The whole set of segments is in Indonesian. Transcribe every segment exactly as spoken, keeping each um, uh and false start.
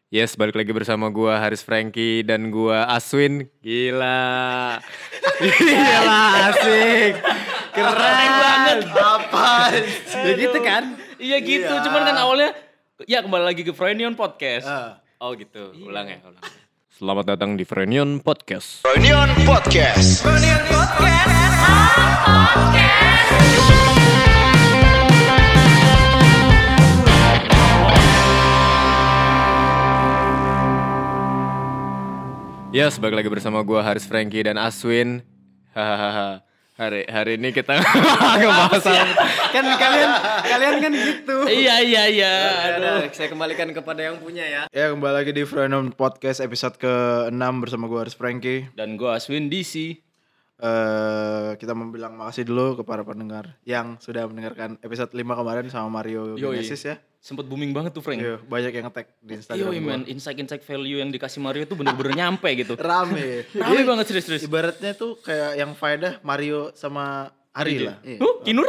Yes, balik lagi bersama gua Haris Franky dan gua Aswin. Gila. Gila, asik. Keren banget. Apa? Ya gitu kan? Iya gitu, Iya. cuman kan awalnya ya kembali lagi ke Frenion Podcast. Uh. Oh gitu, ulang ya, ulang. Selamat datang di Frenion Podcast. Frenion Podcast. Frenion Podcast. Yes, balik lagi bersama gua Haris Franky dan Aswin. Hahaha. Hari hari ini kita ngebahas kan kalian kalian kan gitu. Iya iya iya. Aduh, saya kembalikan kepada yang punya ya. Ya kembali lagi di Frenion Podcast episode keenam bersama gue Haris Franky. Dan gue Aswin D C. Uh, kita mau bilang makasih dulu ke para pendengar yang sudah mendengarkan episode lima kemarin sama Mario Genesis ya. Sempet booming banget tuh Frank. Yo, banyak yang nge-tag di Instagram. Iya man, insight-insight value yang dikasih Mario tuh bener-bener nyampe gitu. Rame. Rame banget serius-serius. Ibaratnya tuh kayak yang faedah Mario sama Ari lah. Huh, Kinur?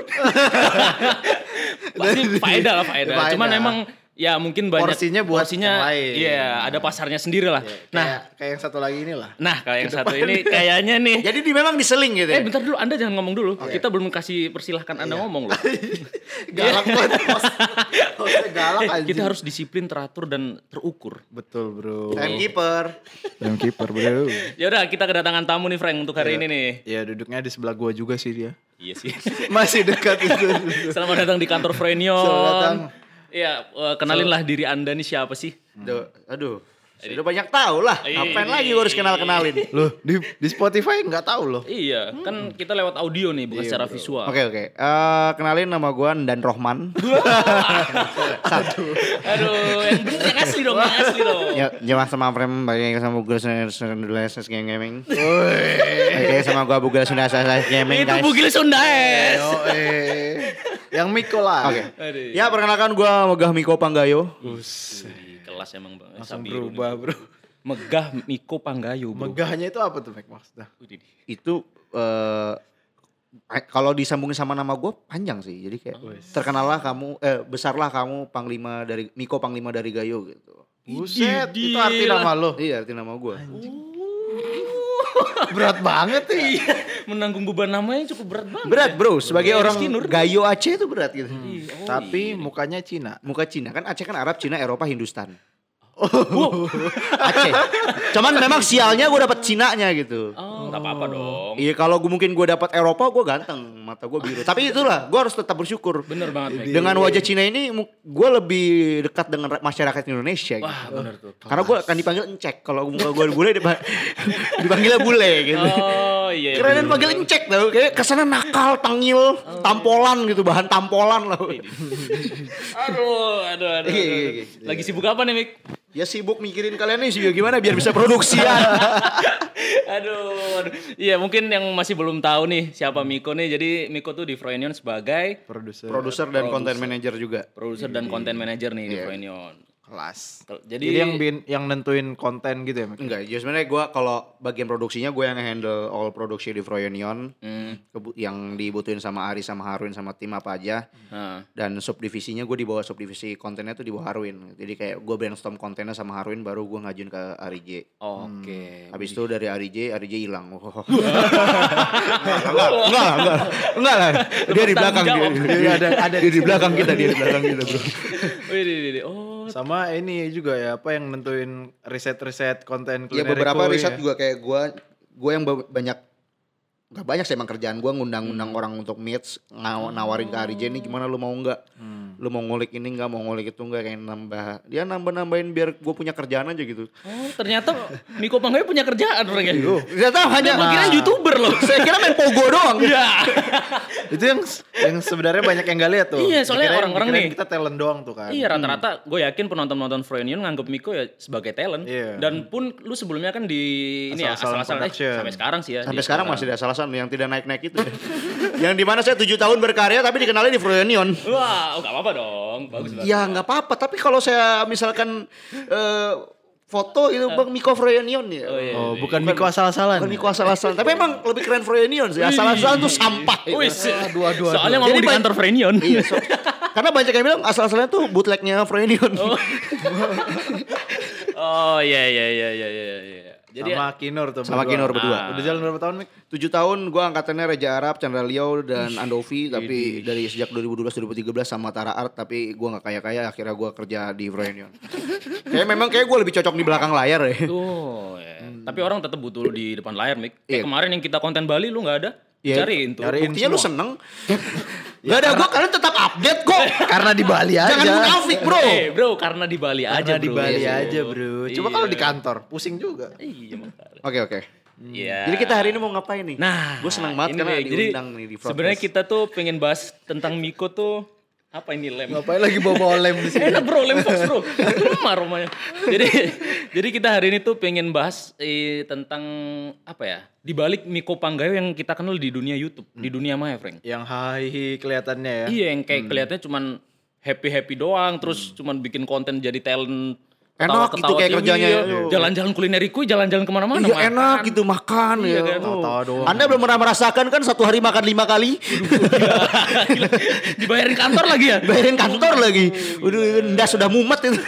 Pasti faedah lah faedah. Faedah. Cuman emang ya mungkin banyak Porsinya buat yang lain. Iya, ada pasarnya sendiri lah. Ya, kayak, Nah, kayak yang satu lagi ini lah. nah kalau yang satu ini kayaknya nih. Jadi di memang diseling gitu Eh ya? bentar dulu, Anda jangan ngomong dulu. Kita belum kasih persilahkan Anda ngomong loh. Galak banget. Hostnya galak Eh, anjing. kita harus disiplin, teratur dan terukur. Betul bro. Timekeeper. Timekeeper bro. Ya udah, kita kedatangan tamu nih Frank untuk hari ini nih. Ya duduknya di sebelah gua juga sih dia. Iya sih. Masih dekat itu. Selamat datang di kantor Frenion. Selamat datang. Iya, uh, kenalinlah diri Anda nih siapa sih? Aduh, aduh. Sudah banyak tahu lah. Ih. Ngapain lagi gua harus kenal-kenalin? Loh, di di Spotify nggak tahu loh. Iya, kan kita lewat audio nih, bukan secara visual. Oke oke. Eh, kenalin nama gua Dan Rohman. Aduh, yang bener, yang asli dong, yang asli dong. Ya, jemaah sama frame bagi sama Google Sundaes Gaming. Oke, sama gua Google Sundaes Gaming Itu guys. Bugil Sundaes. Oh, eh. Yang Miko lah. Oke. Aduh. Ya, perkenalkan gua Megah Miko Panggayo. Di kelas emang bang. Langsung Sabiru berubah, nih. bro. Megah Miko Panggayo, bro. Megahnya itu apa tuh, Mek, maksudnya? Widih. Itu eh kalau disambungin sama nama gua panjang sih. Jadi kayak terkenallah kamu eh besarlah kamu Panglima dari Miko Panglima dari Gayo gitu. Buset, Idih, itu arti gila. nama lo. Iya, arti nama gua. Berat banget ya. Iya, menanggung beban namanya cukup berat banget. Berat, Bro. Sebagai Kayak orang Rizky Nur. Gayo Aceh itu berat gitu. Iya, oh Tapi iya. mukanya Cina. Muka Cina kan Aceh kan Arab, Cina, Eropa, Hindustan. Aceh. Cuman memang sialnya gue dapet Cinanya gitu. Oh, enggak apa-apa dong. Iya kalau gue mungkin gue dapet Eropa gue ganteng, mata gue biru. Tapi itulah gue harus tetap bersyukur. Bener banget, Mek. Dengan wajah Cina ini gue lebih dekat dengan ra- masyarakat Indonesia. Gitu. Wah, bener tuh. Karena gue akan dipanggil encek. Kalau muka gue bule dipa- dipanggilnya bule gitu. Oh iya. Keren panggil encek tau. Kayak kesana nakal, tangil, tampolan gitu, bahan tampolan lah. Aduh, aduh, aduh, aduh, Iya, iya, aduh. iya. Lagi sibuk apa nih, Mik? Ya sibuk mikirin kalian nih sih gimana biar bisa produksi ya. aduh, aduh. Iya, mungkin yang masih belum tahu nih siapa Miko nih. Jadi Miko tuh di Frenion sebagai Produser. Produser dan content manager juga. produser dan content manager nih di Iya. Frenion. Kelas. Jadi, Jadi yang bin, yang nentuin konten gitu ya, Mek? Enggak, jadi sebenarnya gue kalau bagian produksinya gue yang handle all produksi di Frenion. hmm, Kebu- yang dibutuhin sama Ari sama Harwin sama tim apa aja. nah, Dan subdivisinya gue di bawah subdivisi kontennya tuh di bawah Harwin. Jadi kayak gue brainstorm kontennya sama Harwin baru gue ngajuin ke Ari J. oke. Habis itu dari Ari J, Ari J hilang. Oh. enggak, enggak, enggak, enggak lah. Dia di belakang dia, Tanggung dia, dia, ada, ada dia di belakang kita, dia di belakang kita bro. Wih, di, di, di. Oh, Sama ini juga ya, apa yang nentuin riset-riset konten Ya Kulinerico beberapa riset ya. juga kayak gue, gue yang ba- banyak Gak banyak sih emang kerjaan gue ngundang-undang orang untuk meets ngaw- nawarin ke Ari J nih gimana lu mau nggak lu mau ngulik ini nggak mau ngulik itu nggak kayak nambah dia nambah-nambahin biar gue punya kerjaan aja gitu. oh, ternyata Miko Panggayo punya kerjaan orang ya. Ternyata hanya Gue kira YouTuber loh. saya kira main pogo doang. Iya. Itu yang yang sebenarnya banyak yang gak lihat tuh. Iya, soalnya Dikirain- orang-orang dikirain nih- kita talent doang tuh kan. Iya, rata-rata gue yakin penonton-penonton Frenion nganggep Miko ya sebagai talent. Iya. Dan pun lu sebelumnya kan di ini ya Asal-asalan asal-asalan eh, production. sampai sekarang sih ya. Sampai di- sekarang masih ada alasan yang tidak naik-naik itu. Yang dimana saya tujuh tahun berkarya tapi dikenalin di Frenion. Wah, oh, gak apa-apa dong. Bagus banget. Ya nggak apa-apa tapi kalau saya misalkan eh, foto itu bang Miko Frenion ya. Oh, iya. Oh, bukan Miko asal-asalan. Bukan Miko asal-asalan, tapi emang lebih keren Frenion sih. Asal-asalan tuh sampah. Wih, Aduh, aduh, aduh. soalnya ngomong Jadi di banyak- kantor Frenion. Iya, so- karena banyak yang bilang asal-asalnya tuh bootlegnya Frenion. Oh. Oh iya iya iya iya iya. iya. Jadi sama Kinur tuh Sama berdua. Kinur berdua. Ah. Udah jalan berapa tahun, Mik? tujuh tahun gue angkatannya Reja Arab, Chandra Leo dan Andovi. Tapi dari sejak dua ribu dua belas dua ribu tiga belas sama Tara Art. Tapi gue gak kaya-kaya, akhirnya gue kerja di Froyonion. Kayak memang kayak gue lebih cocok di belakang layar ya. oh, ya. Tapi orang tetap butuh lu di depan layar, Mik. Kayak Iya. kemarin yang kita konten Bali lu gak ada. Iya. Cariin tuh. Cariin Buktinya lu semua. seneng. Gak ada gue, kalian tetap update kok. Karena di Bali aja. Jangan munafik bro. Eh bro, karena di Bali aja Karena bro. di Bali Iya, aja, Bro. Coba kalau Iya. di kantor, pusing juga. Iya makanya. Oke oke. Iya. Jadi kita hari ini mau ngapain nih? Nah, gue senang banget ini karena Mik. Jadi, diundang nih di Frogcast. sebenarnya kita tuh pengen bahas tentang Miko tuh apa ini lem? Ngapain lagi bawa lem di sini? Enak bro, lem fox bro. Lemah rumahnya. Jadi jadi kita hari ini tuh pengen bahas eh, tentang apa ya? Di balik Miko Panggayo yang kita kenal di dunia YouTube, di dunia maya, Frank. Yang hai kelihatannya ya. Iya, yang kayak kelihatannya cuman happy-happy doang, terus cuman bikin konten jadi talent. Enak gitu kayak T V, kerjanya, iya. yo. Jalan-jalan kulineriku, jalan-jalan kemana-mana. Iya makan. enak gitu makan Iya ya. kan? Tawa-tawa doang. Anda belum pernah merasakan kan satu hari makan lima kali? Gila. Dibayarin kantor lagi ya? Bayarin kantor lagi. Udah ndas sudah mumet itu.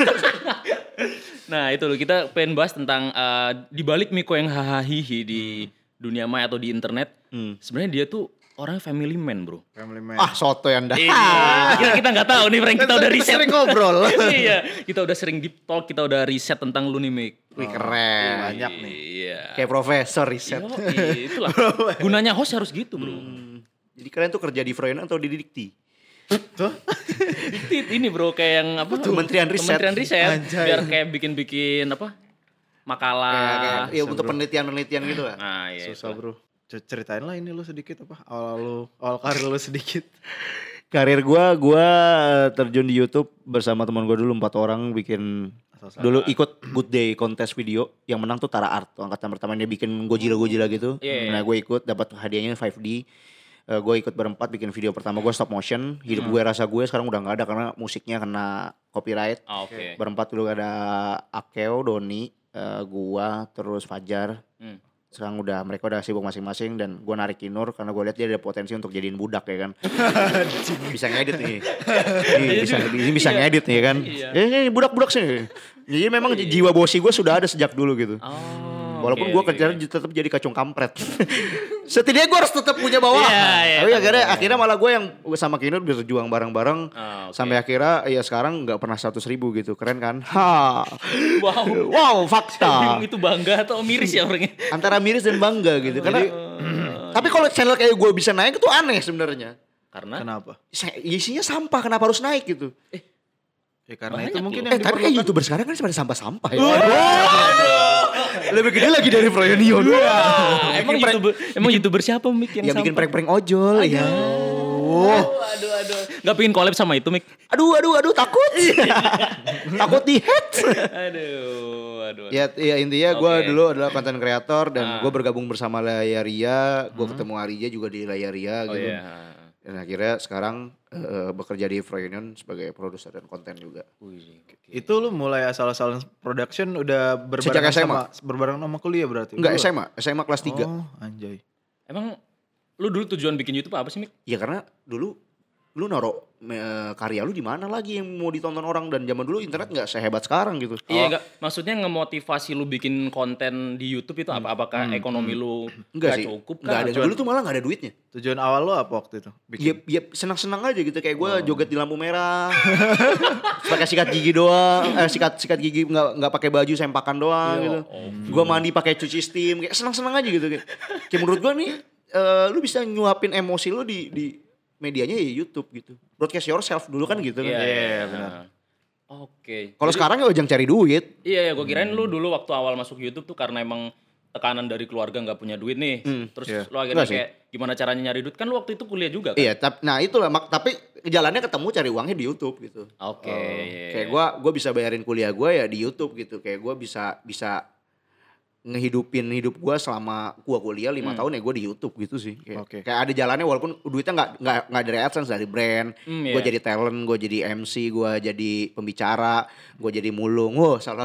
Nah itu loh, kita pengen bahas tentang uh, di balik Miko yang hahaha di dunia maya atau di internet. Sebenarnya dia tuh orangnya family man bro. Family man. Ah soto ya Anda. Iya, kita kita nggak tahu nih Frank, kita udah riset. Sering ngobrol. Iya, kita udah sering deep talk, kita udah riset tentang lu nih Mik. Wih keren. Banyak nih. Iya. Kayak profesor riset. Yo, itulah. Gunanya host harus gitu bro. Jadi kalian tuh kerja di Froyonion atau di Dikti? Tuh. Dikti ini bro kayak yang apa? Kementerian Riset. Kementerian Riset. Anjay. Biar kayak bikin-bikin apa? Makalah. Kayak, kayak, ya untuk penelitian-penelitian gitu lah. Nah, iya. Susah, itulah. Bro. C- Ceritain lah ini lu sedikit apa? Awal lu, awal karir lu sedikit. Karir gua, gua terjun di YouTube bersama teman gua dulu empat orang bikin dulu ikut Good Day kontes video yang menang tuh Tara Art. Angkatan pertama dia bikin Gojira-Gojira gitu. Yeah. Nah, gue ikut dapat hadiahnya lima D. Uh, gue ikut berempat bikin video pertama gue stop motion. Hidup gue rasa gue sekarang udah nggak ada karena musiknya kena copyright. Ah, Oke. Berempat dulu ada Akeo, Doni, uh, gua, terus Fajar. Hmm. Sekarang udah mereka udah sibuk masing-masing dan gue narik Kinur karena gue lihat dia ada potensi untuk jadiin budak ya kan. Bisa ngedit nih. Ih, bisa ini bisa Iya. ngedit nih ya kan. Iya. Eh ini budak-budak sih. Jadi memang jiwa bosi gue sudah ada sejak dulu gitu. Oh. Walaupun oke, gue oke, kerjaan oke. tetap jadi kacung kampret. Setidaknya gue harus tetap punya bawahan. Iya, iya, Tapi iya. akhirnya akhirnya malah gue yang sama Kinur berjuang bareng-bareng. Ah, oke. Sampai akhirnya ya sekarang nggak pernah seratus ribu gitu. Keren kan? Ha. Wow. Wow fakta. Itu bangga atau miris ya orangnya? Antara miris dan bangga gitu. Karena tapi kalau channel kayak gue bisa naik itu aneh sebenarnya. Karena Kenapa? Sa- Isinya sampah, kenapa harus naik gitu? Ya karena Banyak itu mungkin loh. yang Eh karena diperlukan. YouTuber sekarang kan sebenarnya sampah-sampah ya. Lebih gede lagi dari Froyonion. Ah, emang youtuber emang youtuber siapa Mik yang, Yang bikin sampah? prank-prank ojol ya. Aduh, aduh, aduh. Gak pengen collab sama itu Mik? Aduh, aduh, aduh, takut. Takut di hack. Aduh, aduh. Ya, ya intinya gue Oke. dulu adalah konten kreator dan Ah. gue bergabung bersama Layaria. Gue ketemu Arija juga di Layaria Oh gitu. iya. Dan akhirnya sekarang eh, bekerja di Froyonion sebagai produser dan konten juga. Itu lu mulai asal-asalan production udah berbareng Sejak S M A. sama berbareng sama kuliah berarti. Enggak Belum? S M A, S M A kelas tiga. Oh, anjay. Emang lu dulu tujuan bikin YouTube apa sih Mik? Ya karena dulu lu naruh eh, karya lu di mana lagi yang mau ditonton orang dan zaman dulu internet nggak sehebat sekarang gitu. Iya enggak, maksudnya ngemotivasi lu bikin konten di YouTube itu apa? Apakah ekonomi lu Enggak nggak sih. cukup Enggak kah? ada. Dulu tuh malah nggak ada duitnya. Tujuan awal lu apa waktu itu? Bikin. Ya, ya senang-senang aja gitu kayak gue joget di lampu merah. Pakai sikat gigi doang, eh sikat sikat gigi nggak nggak pakai baju sempakan doang gitu. Gue mandi pakai cuci steam, kayak senang-senang aja gitu kayak. Kayak menurut gue nih eh, lu bisa nyuapin emosi lu di di medianya ya YouTube gitu. Broadcast yourself dulu kan gitu kan. Iya, Iya, iya, benar. Oke. Kalau sekarang ya ujang cari duit. Iya, ya, gue kirain lu dulu waktu awal masuk YouTube tuh karena emang tekanan dari keluarga nggak punya duit nih. Terus iya. lu akhirnya Enggak sih. kayak gimana caranya nyari duit? Kan lu waktu itu kuliah juga kan? Iya, tap, nah itulah mak, tapi jalannya ketemu cari uangnya di YouTube gitu. Oke. Kayak gua gua bisa bayarin kuliah gua ya di YouTube gitu. Kayak gua bisa bisa ngehidupin hidup gua selama gua kuliah lima tahun ya gua di YouTube gitu sih. Kayak, Oke. kayak ada jalannya walaupun duitnya nggak nggak nggak dari AdSense, dari brand. Hmm, Gua iya. jadi talent, gua jadi M C, gua jadi pembicara, gua jadi mulung. Wow, salah.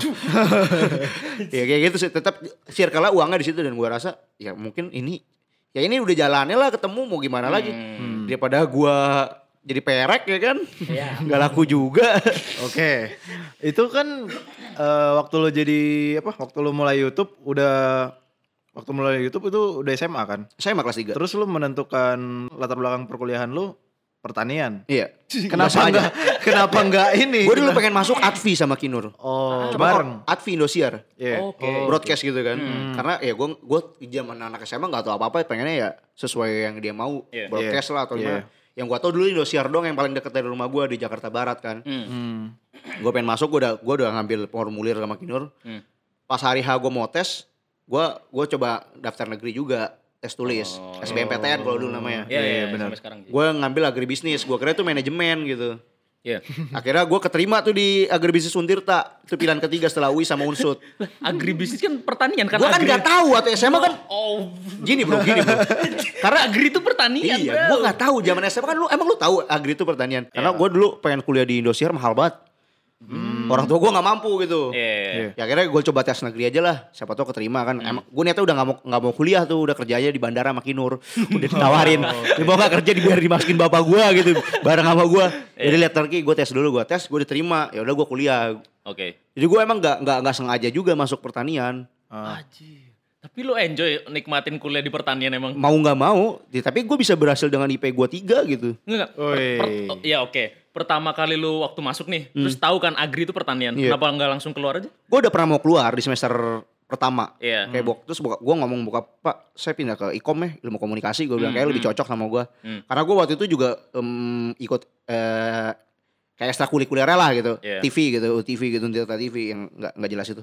Ya kayak gitu sih. Tetap circle-nya uangnya di situ dan gua rasa ya mungkin ini ya ini udah jalannya lah ketemu mau gimana lagi. Hmm. Daripada gua jadi perek ya kan. Iya. Nggak laku juga. Oke. Itu kan eh, waktu lo jadi apa? Waktu lo mulai YouTube udah waktu mulai YouTube itu udah S M A kan? Saya mah kelas tiga. Terus lo menentukan latar belakang perkuliahan lo pertanian. Iya. Kenapa Biasa aja. enggak? Kenapa enggak ini? Gue dulu pengen masuk Advi sama Kinur. Oh, Cuma bareng. kok Advi Indosiar. Iya. Oke. Broadcast gitu kan. Karena ya gue gue zaman anak S M A nggak tahu apa-apa, pengennya ya sesuai yang dia mau. Iya. Broadcast lah atau Iya. gimana. Yang gue tau dulu Indosiar dong yang paling deket dari rumah gue di Jakarta Barat kan. Hmm. Gue pengen masuk, gue udah gue udah ngambil formulir sama Kinur. Hmm. Pas hari H gue mau tes, gue gue coba daftar negeri juga tes tulis, Oh. S B M P T N kalau dulu namanya. Iya, iya, benar. sampai sekarang. Gue ngambil agribisnis, gue kira itu manajemen gitu. Iya. Akhirnya gue keterima tuh di agribisnis Untirta, itu pilihan ketiga setelah U I sama Unsud. Agribisnis kan pertanian kan. Gue kan agri- nggak tahu atau S M A kan Oh, gini bro, gini bro. karena agri itu pertanian. Iya, gue nggak tahu zaman S M A kan lu emang lu tahu agri itu pertanian. Karena gue dulu pengen kuliah di Indosiar mahal banget. Orang tua gue nggak mampu gitu. Iya. Ya akhirnya gue coba tes negeri aja lah, siapa tahu keterima kan. Emang gue niatnya udah nggak mau nggak mau kuliah tuh, udah kerja aja di bandara sama Kinur, udah ditawarin. Dia mau nggak kerja biar dimasukin bapak gue gitu, bareng sama gue. Jadi lihat lagi, gue tes dulu, gue tes, gue diterima. Ya udah gue kuliah. Oke. Jadi gue emang nggak nggak nggak sengaja juga masuk pertanian. Ah. Aji. Tapi lu enjoy nikmatin kuliah di pertanian emang? Mau nggak mau, ya, tapi gue bisa berhasil dengan I P gue tiga gitu. Enggak, enggak. Per- per- Oi. oh, ya oke. Pertama kali lu waktu masuk nih, terus tahu kan agri itu pertanian. Iya. Kenapa nggak langsung keluar aja? Gue udah pernah mau keluar di semester pertama. Iya. Kayak bok, terus gue ngomong buka Pak, saya pindah ke ikom ya, ilmu komunikasi. Gue bilang kayak lebih cocok sama gue. Hmm. Karena gue waktu itu juga em, ikut eh, kayak ekstrakurikuler lah gitu, Iya. T V gitu, T V gitu, Tirta T V yang nggak nggak jelas itu.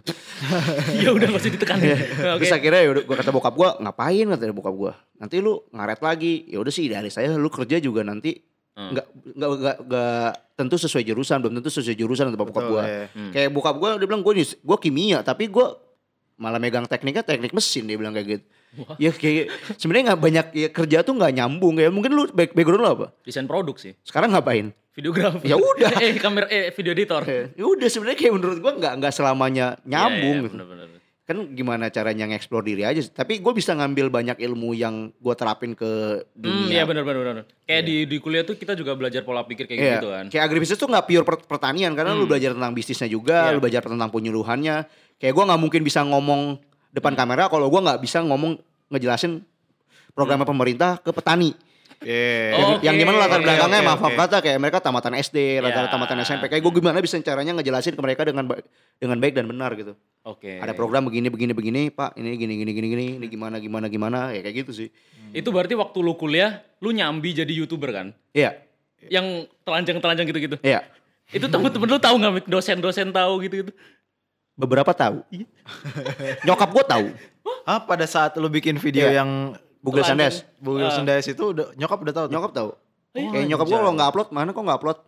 Ya udah masih ditekanin. Oke. Terus akhirnya ya gue kata bokap gue, ngapain kata bokap gue, nanti lu ngaret lagi. Ya udah sih idealis saya, lu kerja juga nanti Hmm. nggak nggak nggak nggak tentu sesuai jurusan, belum tentu sesuai jurusan kata bokap Betul, gue. iya. Hmm. Kayak bokap gue dia bilang gue gue kimia tapi gue malah megang tekniknya teknik mesin, dia bilang kayak gitu. Ya kayak sebenarnya nggak banyak ya, kerja tuh nggak nyambung kayak mungkin lu back- background lu apa? Desain produk sih. Sekarang ngapain? Videografer. Ya udah. eh kamera eh video editor. Ya udah sebenarnya kayak menurut gue nggak nggak selamanya nyambung. Iya, iya, gitu. bener-bener. Kan gimana caranya nge-explore diri aja. Tapi gue bisa ngambil banyak ilmu yang gue terapin ke Hmm, dunia. iya benar-benar. Kayak di di kuliah tuh kita juga belajar pola pikir kayak Iya. gitu kan. Kayak agribisnis tuh nggak pure per- pertanian karena lu belajar tentang bisnisnya juga, Iya. lu belajar tentang penyuluhannya. Kayak gue nggak mungkin bisa ngomong depan kamera kalau gue nggak bisa ngomong ngejelasin program pemerintah ke petani. Iya. Oh, yang, oke. yang dimana latar Oke, belakangnya oke, maaf maaf oke. kata kayak mereka tamatan S D, latar Ya. tamatan S M P. Kayak gue gimana bisa caranya ngejelasin ke mereka dengan ba- dengan baik dan benar gitu. Oke. Ada program begini begini begini, Pak. Ini gini gini gini gini, ini gimana gimana gimana, ya kayak gitu sih. Itu berarti waktu lu kuliah, lu nyambi jadi YouTuber kan? Iya. Yang telanjang-telanjang gitu-gitu. Iya. Itu temen-temen lu tahu nggak Mik? Dosen-dosen tahu gitu-gitu? Beberapa tahu. Nyokap gue tahu. Ah, pada saat lu bikin video Iya. yang Google Sandes. Google Ah. Sandes itu udah nyokap udah tahu tuh? Nyokap tahu. Oh, Kayak nyokap gue kalau nggak upload, mana kok nggak upload?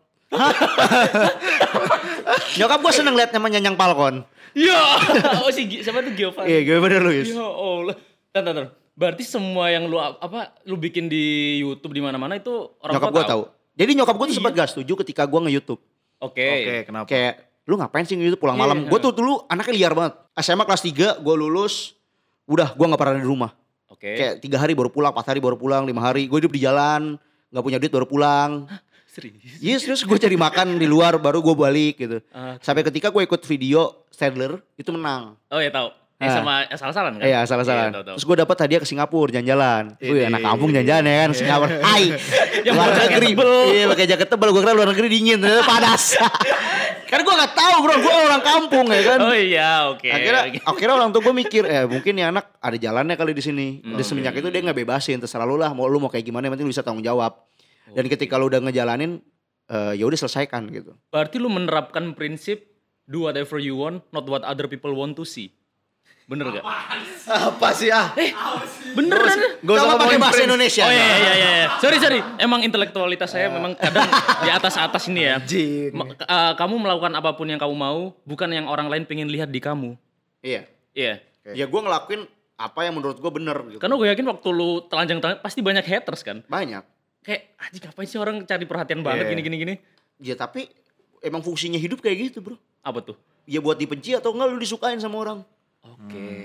Nyokap gue seneng liat namanya Nyang Palkon. Iya. Oh si Gi- siapa tuh Giovanni? Iya, gimana Luis? Ya Allah. Tar, tar, tar. Berarti semua yang lu apa lu bikin di YouTube di mana-mana itu orang Nyokap tua gue tahu. Jadi nyokap gue tuh Oh, sempat gak setuju ketika gue nge-YouTube. Oke. Oke, kenapa? Kayak lu ngapain sih nge-YouTube pulang malam? Iya. Gue tuh dulu anaknya liar banget. S M A kelas tiga gue lulus, udah gue gak pernah di rumah. Oke. Kayak tiga hari baru pulang, empat hari baru pulang, lima hari. Gue hidup di jalan, gak punya duit baru pulang. Serius. Yes, terus gue cari makan di luar, baru gue balik gitu. Ah. Sampai ketika gue ikut video Stadler, itu menang. Oh ya tahu. Eh Ah. sama salah-salan kan? Iya, salah-salah. Iya, tahu, tahu. Terus gue dapat hadiah ke Singapura jalan-jalan. Wih, Ini. anak kampung jalan-jalan ya kan, Singapura. Hai. Yang luar pakai jaket negeri. tebel. Iya, pakai jaket tebel. Gue kira luar negeri dingin, ternyata panas. Kan gue gak tahu bro, gue orang kampung ya kan. Oh iya, oke. Akhirnya, Oke. akhirnya orang tua gue mikir, eh mungkin nih anak ada jalannya kali di sini. Hmm. Udah semenjak itu dia nggak bebasin, terserah lu lah. Mau lu mau kayak gimana, yang penting lu bisa tanggung jawab. Dan ketika lu udah ngejalanin, eh, ya udah selesaikan gitu. Berarti lu menerapkan prinsip do whatever you want, not what other people want to see. Bener gak? Apa sih ah? Beneran? Gak usah Coba pakai ngomongin bahasa Prince. Indonesia. Oh iya iya iya. iya. Sorry sorry. Emang intelektualitas saya memang kadang di atas-atas ini ya. Anjing. Ma- eh, kamu melakukan apapun yang kamu mau, bukan yang orang lain pengen lihat di kamu. Iya. Iya. Ya gue ngelakuin apa yang menurut gue bener gitu. Karena gue yakin waktu lu telanjang-telanjang pasti banyak haters kan. Banyak. Kayak anjing ngapain sih orang cari perhatian banget Iya. gini gini gini. Ya tapi emang fungsinya hidup kayak gitu bro. Apa tuh? Ya buat dibenci atau enggak lu disukain sama orang. Oke.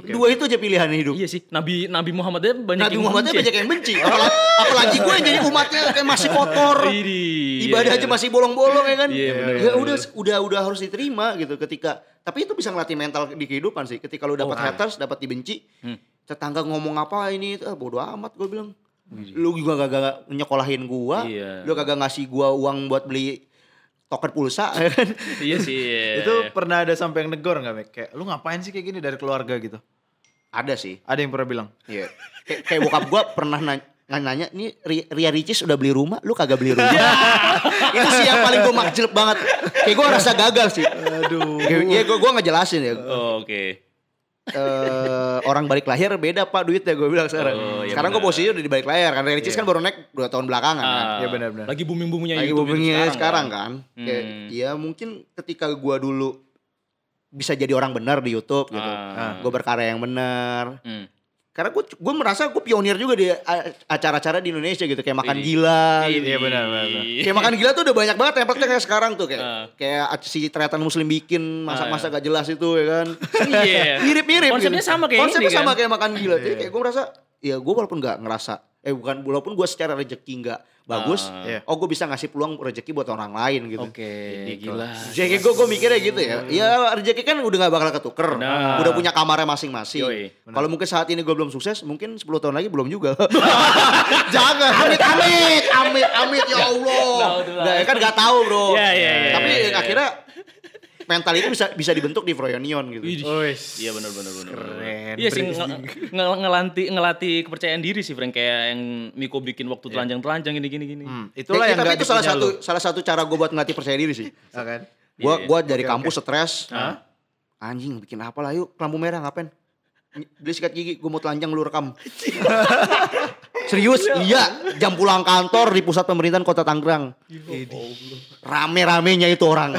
Dua itu aja pilihan hidup. Iya sih, Nabi Nabi Muhammad aja banyak Nabi yang Muhammad benci. banyak yang benci. Apalagi, apalagi gue yang jadi umatnya kayak masih kotor. Widih, Ibadah iya, aja iya. masih bolong-bolong ya kan. Iya, bener, ya bener, udah udah udah harus diterima gitu ketika tapi itu bisa ngelatih mental di kehidupan sih. Ketika lu dapat Oh, ah. haters, dapat dibenci, Hmm. tetangga ngomong apa ini itu ah, bodo amat gue bilang. Lu juga kagak nyekolahin gua, Iya. lu kagak ngasih gua uang buat beli token pulsa ya kan. Iya sih. iya, Itu iya. pernah ada sampai yang negor nggak, Mek? Kayak lu ngapain sih kayak gini dari keluarga gitu? Ada sih. Ada yang pernah bilang. Iya. Kayak, kayak bokap gua pernah nanya, nanya, "Nih Ri- Ria Ricis udah beli rumah, lu kagak beli rumah." Itu sih yang paling gua makjelek banget. Kayak gua rasa gagal sih. Aduh. Iya gua gua ngejelasin ya. Oh, Oke. Eh, orang balik lahir beda Pak duitnya gue bilang sekarang. Oh, iya sekarang gue benar. posisinya udah di balik layar karena Ricis kan baru naik dua tahun belakangan kan. Ah, Iya, benar-benar. Lagi booming-boomingnya Lagi YouTube itu boomingnya sekarang kan. Hmm. Kayak, ya mungkin ketika gue dulu bisa jadi orang benar di YouTube gitu. Ah. Gue berkarya yang benar. Hmm. Karena gue gue merasa gue pionir juga di a- acara-acara di Indonesia gitu kayak makan Widih. gila. Widih. Gitu. Iya, benar, benar, benar. Kayak makan gila tuh udah banyak banget template kayak sekarang tuh kayak Ah. kayak si Tretan Muslim bikin masak-masak gak jelas itu ya kan. Iya. Mirip-mirip Konsepnya gitu. sama kayak Konsepnya ini kan. sama kayak makan gila. Jadi kayak gue merasa ya gue walaupun gak ngerasa eh bukan walaupun gue secara rezeki gak bagus, Ah. Iya. oh gue bisa ngasih peluang rezeki buat orang lain gitu. Oke, gila. Jadi gue gue mikirnya gitu ya. Ya rezeki kan udah gak bakal ketuker. Benar. Udah punya kamarnya masing-masing. Yoi. Kalau mungkin saat ini gue belum sukses, mungkin sepuluh tahun lagi belum juga. Jangan. Amit amit amit amit ya Allah. Naudzubillah. Nggak, kan gak tahu bro. Iya, iya, iya, Tapi iya, iya. akhirnya mental itu bisa bisa dibentuk di Froyonion gitu. Widih. Wis. Iya benar benar benar. Keren. Iya sih Bris. nge- nge- ngelanti ngelatih kepercayaan diri sih Frank kayak yang Miko bikin waktu telanjang-telanjang gini gini gini. Hmm, Itulah itulah yang tapi nggak itu salah dipunya satu lu. salah satu cara gue buat ngelatih percaya diri sih. Ah, kan? Gua Iya. gua dari Oke, kampus oke. stres. Hah? Anjing bikin apa lah yuk lampu merah ngapain? Beli sikat gigi, gue mau telanjang lu rekam. Serius? Iya. Jam pulang kantor di pusat pemerintahan Kota Tangerang. Rame-ramenya itu orang.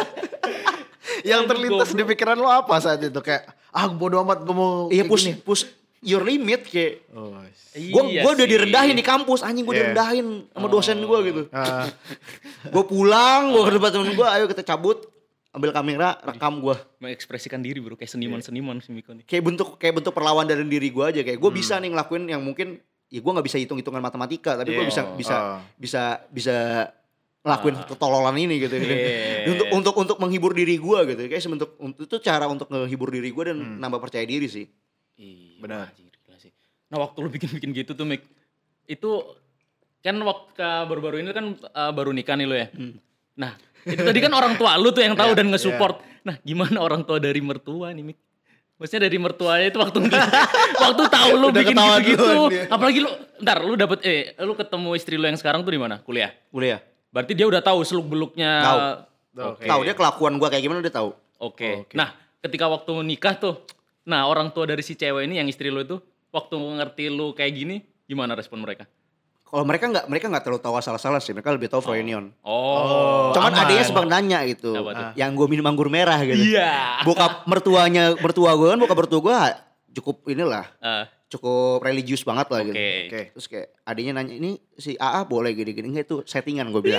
Yang terlintas di pikiran lo apa saat itu? Kayak, ah bodo amat gue mau Iya kayak push gini. push your limit kayak. Oh, Gue Iya gue udah sih. direndahin di kampus, anjing gue Iya. direndahin sama dosen gue gitu. ah, Gue pulang, gue ke tempat temen gue, ayo kita cabut, ambil kamera, rekam gue. Mengekspresikan diri bro kayak seniman-seniman si Miko nih. Kayak bentuk kayak bentuk perlawan dari diri gue aja kayak gue bisa nih ngelakuin yang mungkin ya gue nggak bisa hitung-hitungan matematika tapi gue Iya. bisa bisa Oh. bisa bisa ngelakuin ketololan ini gitu gitu. Iya. untuk untuk untuk menghibur diri gue gitu kayak sebentuk itu cara untuk menghibur diri gue dan Hmm. nambah percaya diri sih. Iya, Benar. anjir, gila sih. Nah waktu lu bikin-bikin gitu tuh Mik, itu kan waktu baru-baru ini kan uh, baru nikah nih lu ya. Nah itu tadi kan orang tua lu tuh yang tahu dan nge-support. Nah gimana orang tua dari mertua nih Mik? Maksudnya dari mertuanya itu waktu waktu tahu lu Udah bikin ketawa gitu-gitu. duluan dia. Apalagi lu, ntar lu dapet eh lu ketemu istri lu yang sekarang tuh di mana? Kuliah. Boleh ya? Berarti dia udah tahu seluk beluknya. Tahu. Oke. Tahu dia kelakuan gue kayak gimana dia tahu. Oke. Nah, ketika waktu nikah tuh, nah orang tua dari si cewek ini yang istri lu itu, waktu ngerti lu kayak gini, gimana respon mereka? Kalau mereka nggak mereka nggak terlalu tahu salah-salah sih, mereka lebih tahu Froyonion. Oh. Cuman aman. adanya sempat nanya gitu, Apa tuh? yang gue minum anggur merah gitu. Iya. Bokap mertuanya mertua gue kan bokap mertua gue cukup inilah Ah, cukup religius banget lah gitu. Oke. Oke. Terus kayak adiknya nanya ini si A A boleh gini-gini enggak itu settingan gue bilang.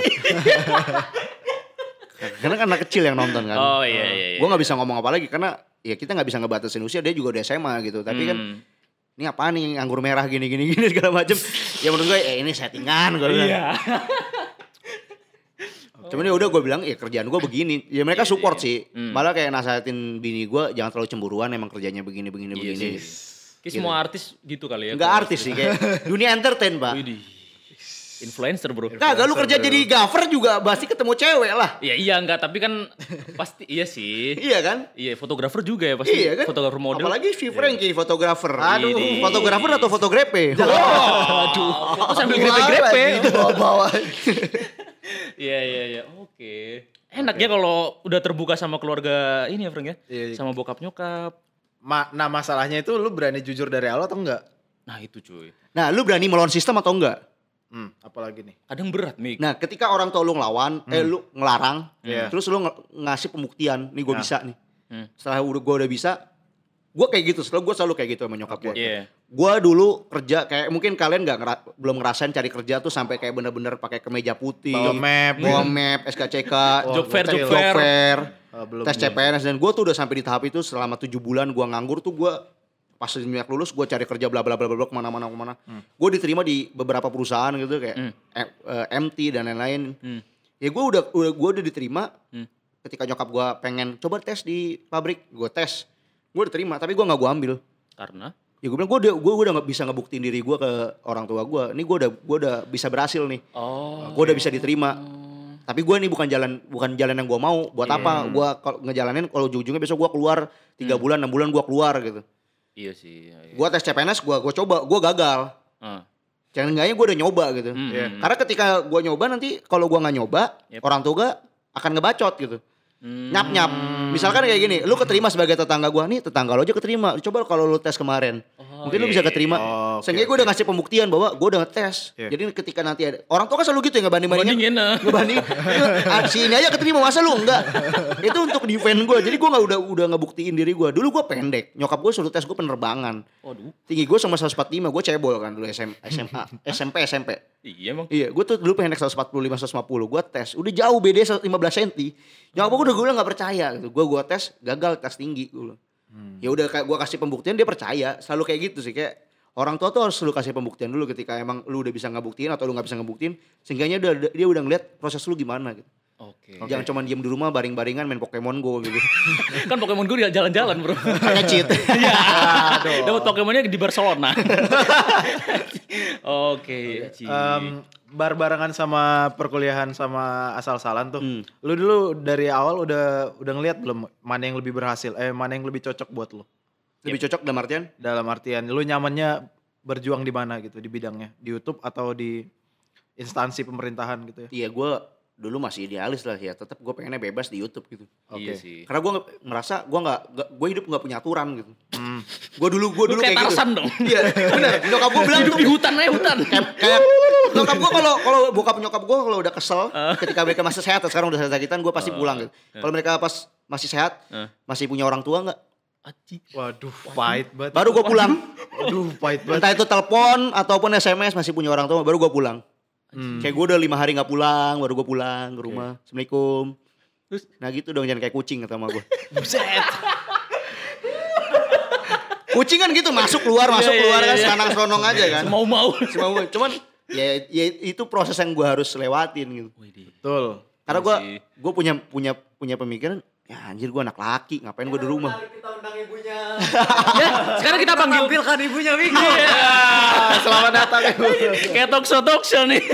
Karena kan anak kecil yang nonton kan. Oh iya iya. iya. Gue nggak bisa ngomong apa lagi karena ya kita nggak bisa ngebatasin usia dia juga udah S M A gitu. Tapi kan Hmm. ini apa nih anggur merah gini-gini gini segala macem. Ya menurut gue eh ini settingan gue bilang. Iya. Cuman ya udah gue bilang ya kerjaan gue begini. Ya mereka Iya, support iya. sih. Hmm. Malah kayak nasihatin bini gue jangan terlalu cemburuan emang kerjanya begini begini Iya begini. sih. Kayak semua artis gitu kali ya. Enggak kalau artis istri. sih kayak dunia entertain, Pak. Widih. Influencer bro. Kagak lu kerja jadi gaffer juga pasti ketemu cewek lah. Iya iya enggak, tapi kan pasti iya sih. Iya kan? Iya, fotografer juga ya pasti. Iya kan? Fotografer model. Apalagi si Frankie fotografer. Aduh. Widih. Fotografer atau fotografe? Oh, aduh. Foto sambil grepe-grepe. Bawa-bawa. Iya iya iya. Oke. Enak ya kalau udah terbuka sama keluarga ini ya, Frank ya? Iya, iya. Sama bokap nyokap. Ma nah masalahnya itu lu berani jujur dari awal atau enggak? Nah, itu cuy. Nah, lu berani melawan sistem atau enggak? Hmm, apalagi nih? Kadang berat, Mik. Nah, ketika orang tua lu ngelawan, eh lu ngelarang, Iya. terus lu nge- ngasih pembuktian, nih gue Nah. bisa nih. Hmm. Setelah udah gue udah bisa, gue kayak gitu. Setelah gue selalu kayak gitu sama nyokap gue. Iya. Gue dulu kerja kayak mungkin kalian nggak ngera- belum ngerasain cari kerja tuh sampai kayak bener-bener pakai kemeja putih, Bawa map, bawa kan? map, S K C K, Job fair, gokil. job fair. fair, Oh, belum, tes C P N S dan gue tuh udah sampai di tahap itu selama tujuh bulan gue nganggur tuh gue pas semenjak lulus gue cari kerja bla bla bla bla bla kemana-mana kemana. Hmm. Gue diterima di beberapa perusahaan gitu kayak hmm. uh, M T dan lain-lain. Hmm. Ya gue udah udah gue udah diterima. Hmm. Ketika nyokap gue pengen coba tes di pabrik, gue tes, gue diterima. Tapi gue nggak gue ambil. Karena? Ya gue bilang gue udah gue udah nggak bisa ngebuktiin diri gue ke orang tua gue. Ini gue udah gue udah bisa berhasil nih. Oh. Gue udah bisa diterima. Tapi gue nih bukan jalan bukan jalan yang gue mau. Buat yeah. apa? Gue kalau ngejalanin kalau ujung-ujungnya besok gue keluar tiga hmm. bulan enam bulan gue keluar gitu. Iya sih. Iya. Gue tes C P N S gue gue coba gue gagal. Uh. Jangan enggaknya gue udah nyoba gitu. Hmm. Yeah. Karena ketika gue nyoba nanti kalau gue nggak nyoba yep. orang tua gue akan ngebacot gitu. Hmm. Nyap nyap. Misalkan kayak gini, lu keterima sebagai tetangga gua nih, tetangga lo aja keterima. Coba kalau lu tes kemarin, oh, mungkin yeah. lu bisa keterima. Oh, okay, sehingga gue okay. udah ngasih pembuktian bahwa gue udah ngetes. Yeah. Jadi ketika nanti ada orang tua kan selalu gitu ya ngebanding-bandingin. Ngebanding. Si ini aja keterima masa lu enggak? Itu untuk defend gue. Jadi gue nggak udah udah ngebuktiin diri gue. Dulu gue pendek. Nyokap gue suruh tes gue penerbangan. Waduh. Tinggi gue sama seratus empat puluh lima, gue cebol kan dulu S M A, S M P S M P. Iya emang. Iya, gue tuh dulu pendek seratus empat puluh lima seratus lima puluh. Gue tes, udah jauh beda lima belas sentimeter. Nyokap gue udah gue nggak percaya gitu. Gue gue tes gagal tes tinggi gue. Hmm. Ya udah kayak gue kasih pembuktian dia percaya. Selalu kayak gitu sih kayak orang tua tuh harus selalu kasih pembuktian dulu ketika emang lu udah bisa ngebuktiin atau lu nggak bisa ngebuktiin. Sehingganya dia, dia udah ngeliat proses lu gimana gitu. Oke. Okay. Jangan cuma diem di rumah baring-baringan main Pokemon Go gitu. Kan Pokemon Go jalan-jalan bro. Hanya cheat. Iya. Dapat Pokemonnya di Barcelona. Oke. Okay. Um, bar-barengan sama perkuliahan sama asal-asalan tuh. Hmm. Lu dulu dari awal udah udah ngeliat belum mana yang lebih berhasil? Eh mana yang lebih cocok buat lu? Lebih cocok dalam artian? Dalam artian lu nyamannya berjuang di mana gitu di bidangnya? Di YouTube atau di instansi pemerintahan gitu ya? Iya, gue dulu masih idealis lah ya, tetap gue pengennya bebas di YouTube gitu. Oke. Okay. Iya sih. Karena gue merasa gue nggak, gue hidup nggak punya aturan gitu. Hmm. Gue dulu gue dulu kayak, kayak Tarsan gitu. Dong. Iya, benar. Nyokap gue bilang hidup di hutan aja hutan. Kayak, kayak nyokap gue kalau kalau bokap nyokap gue kalau udah kesel, uh. ketika mereka masih sehat, sekarang udah sakit-sakitan, gue pasti uh. pulang gitu. Uh. Kalau mereka pas masih sehat, uh. masih punya orang tua nggak? Waduh, pahit banget. Baru gue pulang. Waduh, pahit banget. Entah itu telepon ataupun S M S masih punya orang tua, baru gue pulang. Hmm. Kayak gue udah lima hari gak pulang, baru gue pulang ke rumah. Okay. Assalamualaikum. Terus, nah gitu dong, jangan kayak kucing kata sama gue. Buset. Kucing kan gitu, masuk keluar, masuk yeah, keluar yeah, kan, yeah. Senang senong aja kan. Semau-mau. Semau-mau. Cuman ya, ya itu proses yang gue harus lewatin gitu. Betul. Karena gue gue punya punya punya pemikiran, ya anjir gue anak laki, ngapain gue di rumah. Kita undang ibunya. Ya, sekarang kita panggil. Tampilkan ibunya Miko. Yeah. Selamat datang ibu. Kayak talk show talk show nih.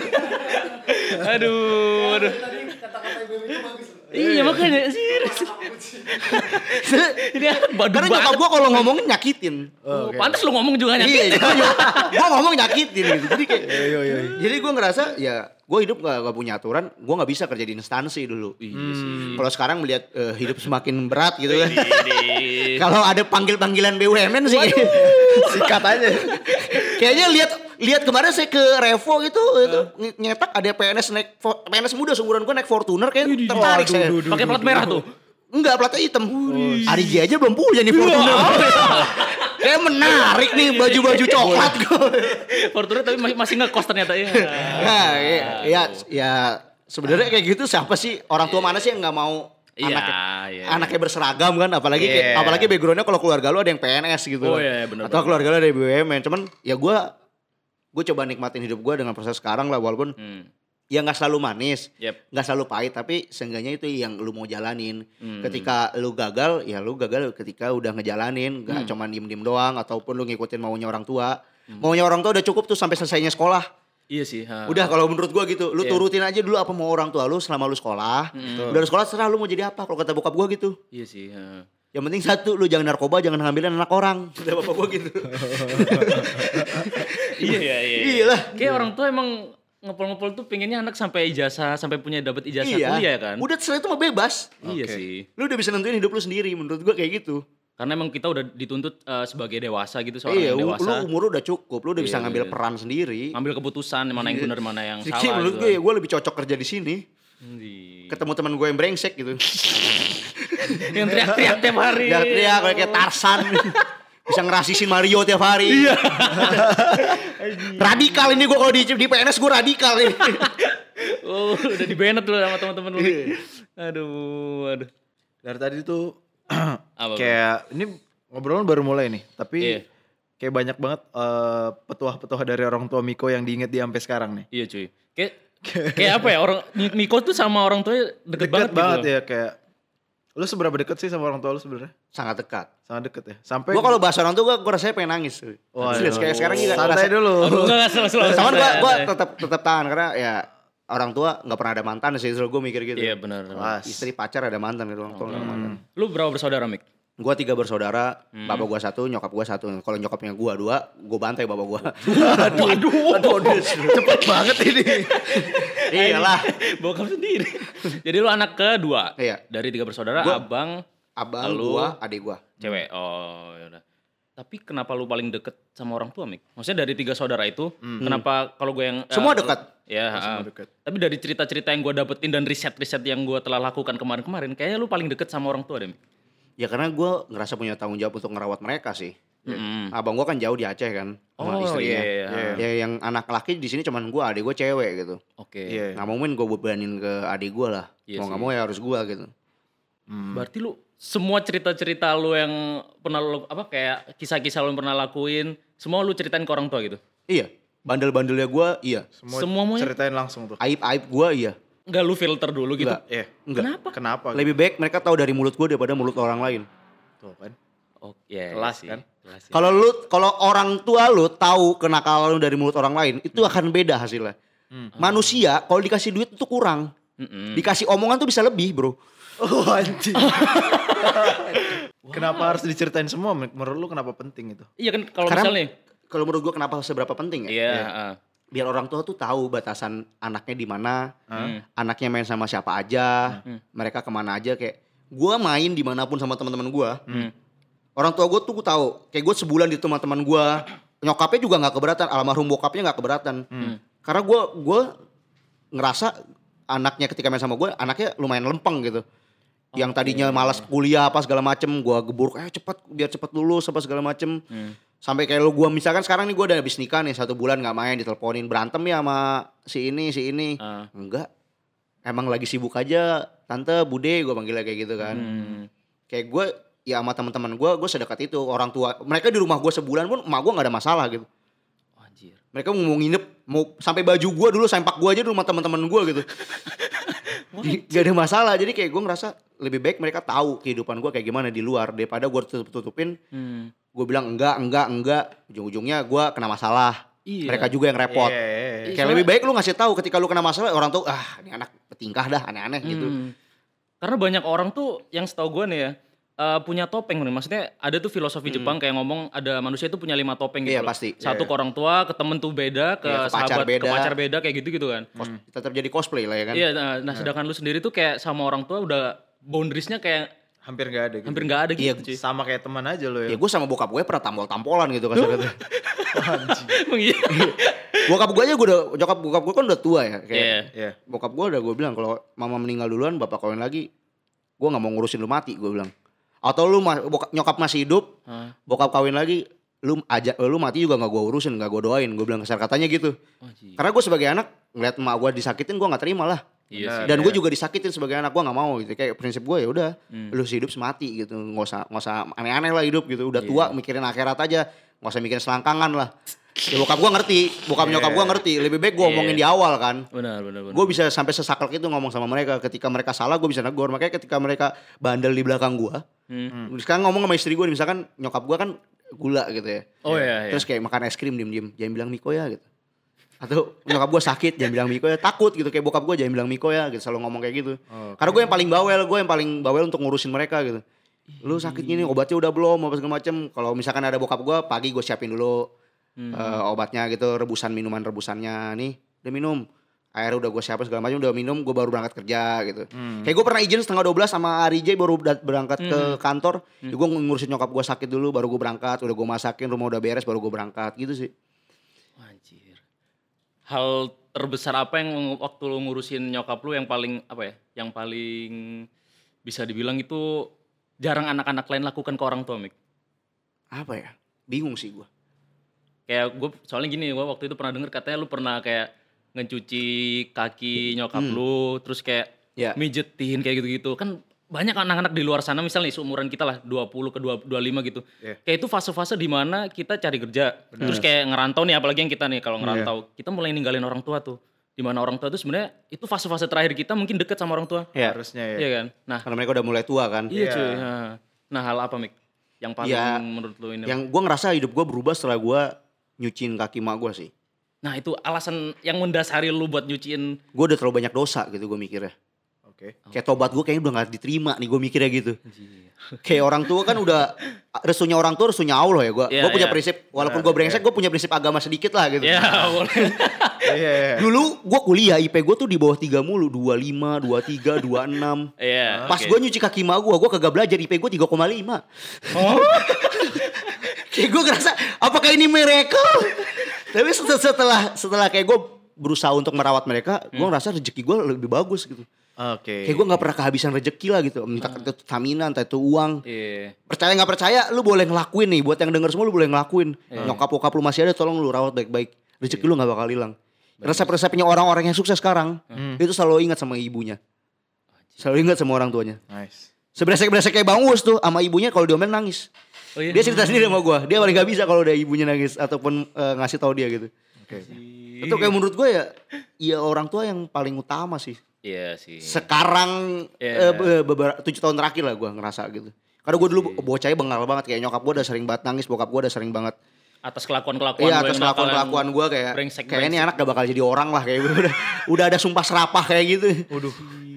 Aduh, aduh. Iya makanya sih. Ini badu karena nyokap gue kalau ngomongin nyakitin. Oh, okay. Pantas lu ngomong juga nyakitin. Iya, gue ngomong nyakitin gitu. Jadi kayak, yo, yo, yo. Jadi gue ngerasa ya gue hidup gak, gak punya aturan, gue gak bisa kerja di instansi dulu. Hmm. Kalau sekarang melihat uh, hidup semakin berat gitu kan. Kalau ada panggil-panggilan B U M N sih, sikat aja. Kayaknya lihat lihat kemarin saya ke Revo gitu, uh. itu nyetak ada P N S naik P N S muda seumuran gue naik Fortuner kayak tertarik saya. Pakai plat merah tuh. Enggak, platnya hitam. Oh, Ari G aja belum punya nih Fortuner. Kayak menarik nih baju-baju coklat gue. Fortuner tapi masih ngekos ternyata ya. Nah, ya, ya, ya sebenarnya kayak gitu siapa sih orang tua mana sih yang nggak mau iya, anaknya, iya, anaknya berseragam kan? Apalagi yeah. kayak, apalagi backgroundnya kalau keluarga lu ada yang P N S gitu. Oh iya, benar. Atau keluarga lu ada B U M N. Cuman ya gue gue coba nikmatin hidup gue dengan proses sekarang lah walaupun. Hmm. Ya gak selalu manis, yep. Gak selalu pahit, tapi seenggaknya itu yang lu mau jalanin. Hmm. Ketika lu gagal, ya lu gagal ketika udah ngejalanin. Gak hmm. cuma diem-diem doang, ataupun lu ngikutin maunya orang tua. Hmm. Maunya orang tua udah cukup tuh sampai selesainya sekolah. Iya sih. Ha. Udah kalau menurut gua gitu, lu yeah. turutin aja dulu apa mau orang tua lu selama lu sekolah. Hmm. Udah sekolah serah lu mau jadi apa, kalau kata bokap gua gitu. Iya sih. Ha. Yang penting satu, lu jangan narkoba, jangan ngambilin anak orang. Kata bapak gua gitu. Iya, iya, iya. Iyalah. Kayak orang tua emang ngepol-ngepol tuh pengennya anak sampai ijazah, sampai punya dapat ijazah iya. kuliah kan. Udah setelah itu mah bebas. Iya okay. sih. Lu udah bisa nentuin hidup lu sendiri, menurut gua kayak gitu. Karena emang kita udah dituntut uh, sebagai dewasa gitu, seorang iya, yang dewasa. Lu umur udah cukup, lu udah iya, bisa ngambil iya. peran sendiri. Ngambil keputusan mana yang benar, mana yang Siki, salah. Menurut gitu. gue ya, gue lebih cocok kerja di sini. Di... Ketemu teman gue yang brengsek gitu. Yang teriak-teriak tiap hari. Teriak-teriak kayak Tarsan. Bisa ngerasisin Mario tiap hari. Iya. Radikal ini gue kalau di, di P N S gue radikal ini. Oh, udah di-banned lu sama teman-teman lu. Aduh, aduh. Dari tadi tuh apa, kayak bro? Ini ngobrolnya baru mulai nih, tapi yeah. kayak banyak banget eh, petuah-petuah dari orang tua Miko yang diinget dia sampai sekarang nih. Iya cuy. Kayak kayak apa ya orang Miko tuh sama orang tuanya deket, Deket banget, banget gitu. ya kayak. Lu seberapa deket sih sama orang tua lu sebenarnya? Sangat dekat. Sangat deket ya. Sampai Gue kalau bahas orang tuh gue gue rasanya pengen nangis. Wah, Serius, kayak sekarang juga santai rasa- dulu. Oh, enggak, enggak, selalu, selalu. Sama gue santai, gue santai. tetap tetap tahan karena ya orang tua nggak pernah ada mantan sih, terus gue mikir gitu. Iya benar. Pas. Istri pacar ada mantan, gitu, orang tua nggak ada mantan. Lu berapa bersaudara, Mik? Gue tiga bersaudara, Hmm. bapak gue satu, nyokap gue satu. Kalau nyokapnya gue dua, gue bantai bapak gue. Aduh, aduh, aduh, Cepet banget ini. Iyalah. Bokap sendiri. Jadi lu anak kedua. Iya. Dari tiga bersaudara, Gua- abang, Abang Lu- gue, adik gue. cewek. Oh, ya udah. Tapi kenapa lu paling deket sama orang tua, Mik? Maksudnya dari tiga saudara itu, kenapa kalau gue yang eh, Semua dekat. Ya, semua ah. dekat. Tapi dari cerita-cerita yang gue dapetin dan riset-riset yang gue telah lakukan kemarin-kemarin, kayaknya lu paling deket sama orang tua deh, Mik. Ya karena gue ngerasa punya tanggung jawab untuk ngerawat mereka sih. Mm-mm. Abang gue kan jauh di Aceh kan, sama Oh, istrinya. iya, iya, iya. Ya yang anak laki di sini cuman gue, adik gue cewek gitu. Oke. Iya. Nggak mungkin gue bebanin ke adik gue lah. Iya Mau nggak sih. mau ya harus gue gitu. Berarti lu semua cerita-cerita lu yang pernah lu apa kayak kisah-kisah lu yang pernah lakuin, semua lu ceritain ke orang tua gitu. Iya, bandel-bandelnya gue iya. Semua Semuanya? ceritain langsung tuh. Aib-aib gue iya. Enggak lu filter dulu gitu. Enggak. Iya. Enggak. Kenapa? Kenapa? Lebih baik mereka tahu dari mulut gue daripada mulut orang lain. Tuh kan. Oh, iya. Kelas sih. kan? Kelas, ya. Kalau lu kalau orang tua lu tahu kenakalan lu dari mulut orang lain, itu akan beda hasilnya. Manusia kalau dikasih duit itu kurang. Mm-mm. Dikasih omongan tuh bisa lebih, Bro. Oh anjing. Kenapa harus diceritain semua? Menurut lu kenapa penting itu? Iya kan kalau Karena misalnya kalau menurut gue kenapa seberapa penting ya? iya, ah. Biar orang tua tuh tahu batasan anaknya di mana, Hmm. anaknya main sama siapa aja, mereka kemana aja. Kayak gue main dimanapun sama teman-teman gue, Hmm. orang tua gue tuh tahu. Kayak gue sebulan di teman-teman gue, nyokapnya juga nggak keberatan, almarhum bokapnya nggak keberatan. Karena gue gue ngerasa anaknya ketika main sama gue, anaknya lumayan lempeng gitu. Yang tadinya malas kuliah apa segala macem, gue gebur, eh cepet biar cepet lulus apa segala macem. Sampai kayak lu gue misalkan sekarang nih gue udah habis nikah nih satu bulan nggak main, diteleponin berantem ya sama si ini si ini. Ah. Enggak, emang lagi sibuk aja, tante, bude, gue panggilnya kayak gitu kan. Hmm. Kayak gue ya sama teman-teman gue, gue sedekat itu. Orang tua mereka di rumah gue sebulan pun emak gue nggak ada masalah gitu. Anjir. Mereka mau nginep, mau sampai baju gue dulu sempak gue aja di rumah teman-teman gue gitu. Di- Gak ada masalah. Jadi kayak gue ngerasa lebih baik mereka tahu kehidupan gue kayak gimana di luar daripada gue tutup-tutupin. Hmm. Gue bilang enggak, enggak, enggak. Ujung-ujungnya gue kena masalah. Iya. Mereka juga yang repot. Iya, iya, iya. Kayak Soalnya- lebih baik lu ngasih tahu ketika lu kena masalah, orang tuh ah ini anak bertingkah dah aneh-aneh gitu. Hmm. Karena banyak orang tuh yang setahu gue nih ya eh, punya topeng nih. Maksudnya ada tuh filosofi Jepang kayak ngomong ada manusia itu punya lima topeng gitu. Iya, loh. pasti. Satu ke orang tua, ke temen tuh beda, ke, Iya, ke pacar sahabat, beda. ke pacar beda kayak gitu-gitu kan. Kos- Tetap jadi cosplay lah ya kan. Iya, nah, nah sedangkan lu sendiri tuh kayak sama orang tua udah boundariesnya kayak Hampir gak ada gitu. hampir nggak ada gitu. Iya, cuy. Sama kayak teman aja lo Ya ya. gue sama bokap gue pernah tampol-tampolan gitu kasar-kasar. Emang iya. Bokap gue aja gue udah, nyokap bokap gue kan udah tua ya. Kayak Iya. Iya. bokap gue udah gue bilang kalau mama meninggal duluan bapak kawin lagi, gue nggak mau ngurusin lu mati gue bilang. Atau lu ma- bokap, nyokap masih hidup, Hah? bokap kawin lagi, lu aja lu mati juga nggak gue urusin, nggak gue doain. Gue bilang kasar katanya gitu. Anjir. Karena gue sebagai anak ngeliat emak gue disakitin gue nggak terima lah. Iya Benar. sih. Dan Iya. gue juga disakitin sebagai anak, gue nggak mau gitu. Kayak prinsip gue ya udah, Hmm. lu hidup semati gitu, nggak usah nggak usah aneh-aneh lah hidup gitu. Udah Iya. tua mikirin akhirat aja, nggak usah mikirin selangkangan lah. Ya, bokap gue ngerti, bokap Iya. nyokap gue ngerti. Lebih baik gue Iya. omongin di awal kan. Benar, benar, benar. Gue bisa sampai sesaklek itu ngomong sama mereka. Ketika mereka salah gue bisa negor. Makanya ketika mereka bandel di belakang gue, Hmm. sekarang ngomong sama istri gue, misalkan nyokap gue kan gula gitu ya. Oh iya, iya. Terus kayak makan es krim diem-diem, jangan bilang Miko ya gitu. Atau nyokap gue sakit, jangan bilang Miko ya. Takut gitu, kayak bokap gue jangan bilang Miko ya gitu. Selalu ngomong kayak gitu. Oh, Karena gue yang paling bawel, gue yang paling bawel untuk ngurusin mereka gitu. Lu sakit gini, obatnya udah belum, apa segala macem. Kalau misalkan ada bokap gue, pagi gue siapin dulu eh, obatnya gitu, rebusan minuman rebusannya nih, udah minum. Akhirnya udah gue siapin segala macam, udah minum, gue baru berangkat kerja gitu. Kayak gue pernah izin setengah dua belas sama Ari J baru dat- berangkat ke kantor. Ya gue ngurusin nyokap gue sakit dulu, baru gue berangkat. Udah gue masakin, rumah udah beres, baru gue berangkat gitu sih. Anjir. Hal terbesar apa yang waktu lu ngurusin nyokap lu yang paling apa ya? Yang paling bisa dibilang itu jarang anak-anak lain lakukan ke orang tua, Mik. Apa ya? Bingung sih gue. Kayak gue soalnya gini, gue waktu itu pernah denger katanya lu pernah kayak ngecuci kaki nyokap lu, terus kayak Ya. mijetin kayak gitu-gitu. Kan banyak anak-anak di luar sana misalnya nih, seumuran kita lah dua puluh ke dua puluh lima gitu. Yeah. Kayak itu fase-fase di mana kita cari kerja. Terus kayak ngerantau nih, apalagi yang kita nih kalau ngerantau, yeah. kita mulai ninggalin orang tua tuh. Di mana orang tua tuh sebenarnya itu fase-fase terakhir kita mungkin deket sama orang tua. Ya. Harusnya ya. Iya kan? Nah, Karena mereka udah mulai tua kan. iya Yeah. cuy. Nah, nah, hal apa Mik? Yang paling Ya, menurut lu ini? Yang gue ngerasa hidup gue berubah setelah gue nyuciin kaki mak gue sih. Nah, itu alasan yang mendasari lu buat nyuciin. Gue udah terlalu banyak dosa gitu gue mikirnya. Oke. Kayak tobat gue kayaknya udah gak diterima nih gue mikirnya gitu. Kayak orang tua kan udah, restunya orang tua restunya Allah ya. Gue Iya, gue punya iya. prinsip, walaupun Benar, gue brengsek gue punya prinsip agama sedikit lah gitu. Ya, boleh. Iya, iya. Dulu gue kuliah I P gue tuh di bawah tiga mulu, dua puluh lima, dua puluh tiga, dua puluh enam. Iya. Pas oke. gue nyuci kaki mak gue, gue kagak belajar I P gue tiga koma lima. Oh. Kayak gue ngerasa, apakah ini miracle? Tapi setelah setelah, setelah kayak gue berusaha untuk merawat mereka, gue ngerasa rezeki gue lebih bagus gitu. Oke. Kayak gue gak pernah kehabisan rezeki lah gitu. Entah itu stamina, entah itu uang. Iya. Percaya gak percaya, lu boleh ngelakuin nih. Buat yang denger semua lu boleh ngelakuin. Nyokap bokap lu masih ada, tolong lu rawat baik-baik. Rezeki lu gak bakal hilang. Resep-resepnya orang-orang yang sukses sekarang, itu selalu ingat sama ibunya. Selalu ingat sama orang tuanya. Nice. Sebresek-bresek kayak Bang Uus tuh, sama ibunya kalau diomelin nangis. Oh, iya. Dia cerita sendiri sama gue. Dia paling gak bisa kalau udah ibunya nangis ataupun eh, ngasih tahu dia gitu. Oke. Itu kayak menurut gue ya, ya orang tua yang paling utama sih. Iya sih. Sekarang Iya. eh, be- beberapa tujuh tahun terakhir lah gue ngerasa gitu. Karena gue dulu bocahnya bengal banget, kayak nyokap gue udah sering banget nangis, bokap gue udah sering banget. Atas kelakuan-kelakuan Iya lu atas yang nakal, kelakuan-kelakuan yang gue kayak brengsek, kayaknya nih brengsek. anak gak bakal jadi orang lah kayak udah udah ada sumpah serapah kayak gitu. Waduh.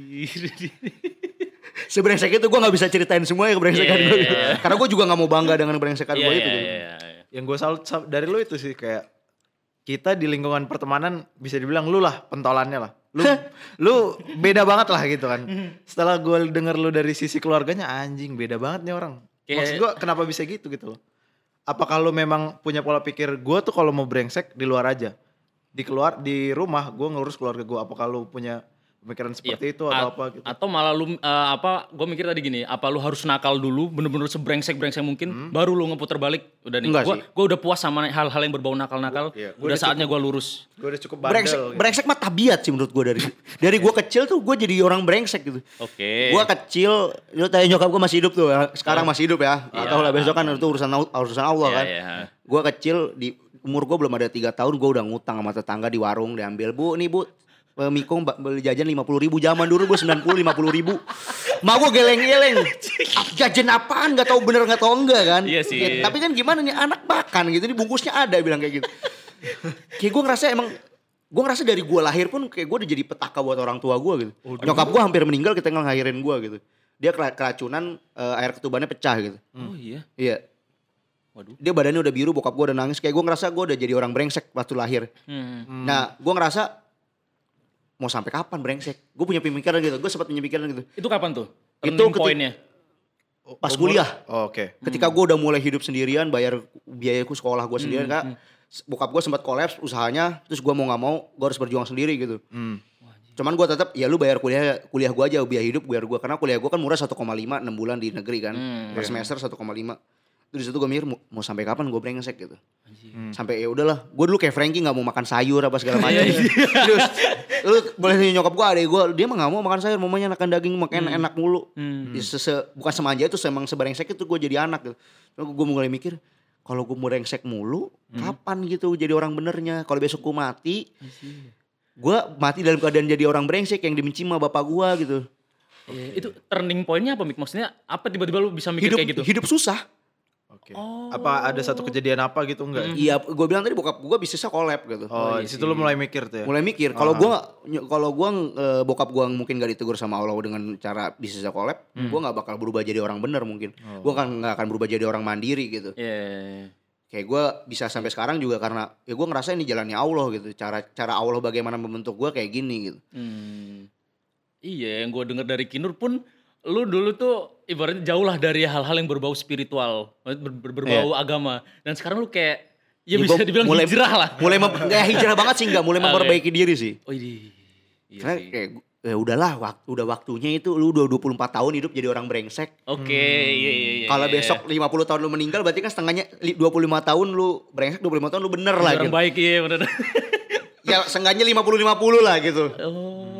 Sebrengsek itu gue gak bisa ceritain semua ya kebrengsekan Iya, gue. iya, iya. Karena gue juga gak mau bangga dengan kebrengsekan Iya, gue iya, itu. gitu. iya, iya. Yang gue salut sa- dari lu itu sih kayak kita di lingkungan pertemanan bisa dibilang lu lah pentolannya lah. Lu lu beda banget lah gitu kan. Setelah gue denger lu dari sisi keluarganya, anjing beda banget nih orang. Kayak- Maksud gue kenapa bisa gitu gitu loh. Apakah lu memang punya pola pikir gue tuh kalau mau brengsek di luar aja. Di keluar di rumah gue ngurus keluarga gue. Apakah lu punya pemikiran seperti Iya. itu atau A- apa gitu? Atau malah lu eh, apa gue mikir tadi gini, apa lu harus nakal dulu bener-bener sebrengsek-brengsek mungkin baru lu ngeputer balik. Udah nih Enggak gue sih. gue udah puas sama hal-hal yang berbau nakal-nakal. Gua- iya, gua udah udah saatnya gue lurus. Gue udah cukup bandel. Brengsek, gitu. brengsek mah tabiat sih menurut gue dari dari gue kecil tuh gue jadi orang brengsek gitu. Oke. Gue kecil, lu tanya nyokap gue masih hidup tuh ya. Sekarang masih hidup ya. Iya. Atau lah besok kan itu urusan urusan Allah Iya, kan. iya. Gue kecil di umur gue belum ada tiga tahun gue udah ngutang sama tetangga di warung diambil. Bu nih bu, eh, Mikung ba- beli jajan lima puluh ribu zaman dulu bu sembilan puluh lima puluh ribu. Ma gue geleng-geleng. Ah, jajan apaan gak tahu bener gak tahu enggak kan. Iya sih. Ya, tapi kan gimana nih anak makan gitu. Ini bungkusnya ada bilang kayak gitu. Kayak gue ngerasa emang gue ngerasa dari gue lahir pun kayak gue udah jadi petaka buat orang tua gue gitu. Nyokap gue hampir meninggal ketika ngelahirin gue gitu. Dia kera- keracunan eh, air ketubannya pecah gitu. Oh iya. Iya. Waduh. Dia badannya udah biru, bokap gue udah nangis. Kayak gue ngerasa gue udah jadi orang brengsek waktu lahir. Hmm. Nah gue ngerasa mau sampai kapan brengsek? Gue punya pemikiran gitu. Gue sempat punya pemikiran gitu. Itu kapan tuh? Itu Turning ketik- point-nya. Pas Umur- kuliah. Oh, Oke. Ketika gue udah mulai hidup sendirian, bayar biayaku sekolah gue sendirian, kak. Bokap gue sempat kolaps usahanya, terus gue mau nggak mau, gue harus berjuang sendiri gitu. Hmm. Cuman gue tetap, ya lu bayar kuliah kuliah gue aja, biaya hidup biar gue, karena kuliah gue kan murah satu koma lima enam bulan di negeri kan, per semester satu koma lima. Terus itu gue mikir mau, mau sampai kapan gue brengsek gitu. Sampai ya udahlah, gue dulu kayak Frankie nggak mau makan sayur apa segala macam. Terus lu boleh tanya nyokap gue, adek gue, dia mah nggak mau makan sayur, maunya makan daging, makan enak mulu. Ya, sese- bukan semanja itu, emang seberengsek itu gue jadi anak gitu. Gue mulai mikir, kalau gue mau brengsek mulu, kapan gitu jadi orang benernya? Kalau besok gue mati, gue mati dalam keadaan jadi orang brengsek yang dibenci sama bapak gue gitu. Iya, itu turning point-nya apa Mik? Maksudnya apa tiba-tiba lu bisa mikir Hidup kayak gitu? hidup susah. Oke. Apa ada satu kejadian apa gitu enggak? Iya, gue bilang tadi bokap gue bisnisnya collab gitu. Oh, di situ lu mulai mikir tuh ya. Mulai mikir, kalau gue kalau gue eh, bokap gue mungkin gak ditegur sama Allah dengan cara bisnisnya collab, gue nggak bakal berubah jadi orang bener mungkin. Gue kan nggak akan berubah jadi orang mandiri gitu. Iya. Kayak gue bisa sampai sekarang juga karena ya gue ngerasa ini jalannya Allah gitu. Cara cara Allah bagaimana membentuk gue kayak gini gitu. Hmm. Iya, yang gue dengar dari Kinur pun lu dulu tuh ibaratnya jauh lah dari hal-hal yang berbau spiritual, ber, ber- berbau agama. Dan sekarang lu kayak ya, Ya, bisa gua dibilang mulai- hijrah lah. Mulai mem- nggak hijrah banget sih, nggak mulai Oke. memperbaiki diri sih. Oh iya. Iya Karena sih. kayak ya udahlah, waktu udah waktunya itu lu udah dua puluh empat tahun hidup jadi orang brengsek. Oke, iya iya iya. Kalau iya. besok lima puluh tahun lu meninggal berarti kan setengahnya li- dua puluh lima tahun lu brengsek, dua puluh lima tahun lu bener lah orang gitu. baik iya benar. Ya setengahnya lima puluh lima puluh lah gitu. Oh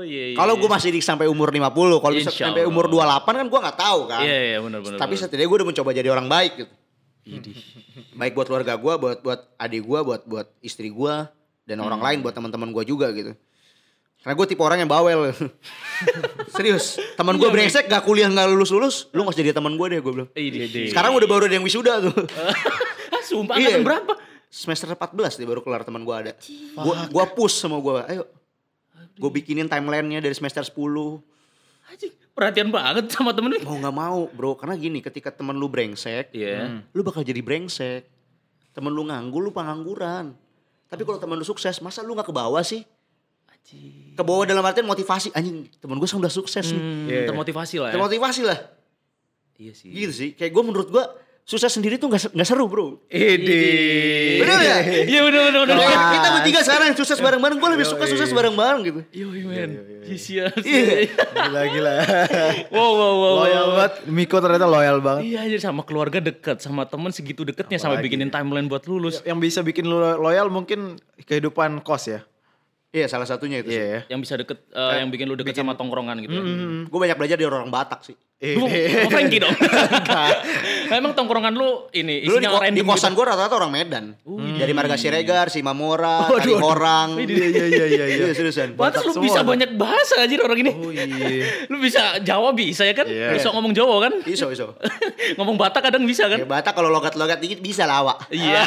iya iya. Kalau gue masih di sampai umur lima puluh, kalau bisa Insya sampai Allah. umur dua puluh delapan kan gue nggak tahu kan. Iya iya benar benar. Tapi benar. setidaknya gue udah mencoba jadi orang baik gitu. Baik buat keluarga gue, buat buat adik gue, buat buat istri gue, dan orang lain, buat teman-teman gue juga gitu. Karena gue tipe orang yang bawel. Serius, teman gue brengsek gak kuliah gak lulus-lulus, lu gak usah jadi teman gue deh, gue bilang. Idih. Sekarang udah baru ada yang wisuda tuh. Ah, sumpah Iya. angkatan berapa? Semester empat belas dia baru kelar, teman gue ada. Gue gua push sama gue, ayo. Gue bikinin timelinenya dari semester sepuluh. Anjing, perhatian banget sama temen lu. Mau gak mau bro, karena gini, ketika temen lu brengsek, Iya. lu bakal jadi brengsek. Temen lu nganggur, lu pengangguran. Tapi kalau temen lu sukses, masa lu gak ke bawah sih? Anjing. Ke bawah dalam artian motivasi. Anjing, temen gue udah sukses nih. Hmm, Iya. termotivasi lah ya. Termotivasi lah. Iya sih. Gitu sih. Kayak gue menurut gue, sukses sendiri tuh gak, gak seru bro. Idih. Bener ya? Iya bener bener bener. Kayak kita bertiga sekarang yang sukses bareng-bareng, gue lebih suka sukses bareng-bareng gitu. Iya men. Iya Iya. Gila gila. Wow wow wow. Loyal banget. Miko ternyata loyal banget. Iya jadi sama keluarga dekat, sama temen segitu deketnya sampai bikinin timeline buat lulus. Yang bisa bikin lu loyal mungkin kehidupan kos ya. Iya, salah satunya itu Iya sih. ya. Yang bisa deket, eh, yang bikin lu deket sama tongkrongan gitu. Ya. Gue banyak belajar dari orang Batak sih. Lu mau Frankie dong. Emang tongkrongan lu ini Dulu di, isinya ko- random di kosan gitu? gue rata-rata orang Medan. Dari Marga Siregar, Simamora, Kalihorang. Iya iya iya iya. Iya, seriusan. Pantes lu semua bisa tuh. banyak bahasa aja orang ini. Oh iya. Lu bisa Jawa bisa ya kan? Iya. Bisa ngomong Jawa kan? Iso, iso. Ngomong Batak kadang bisa kan? Ya, Batak kalau logat-logat dikit bisa lawa. Iya.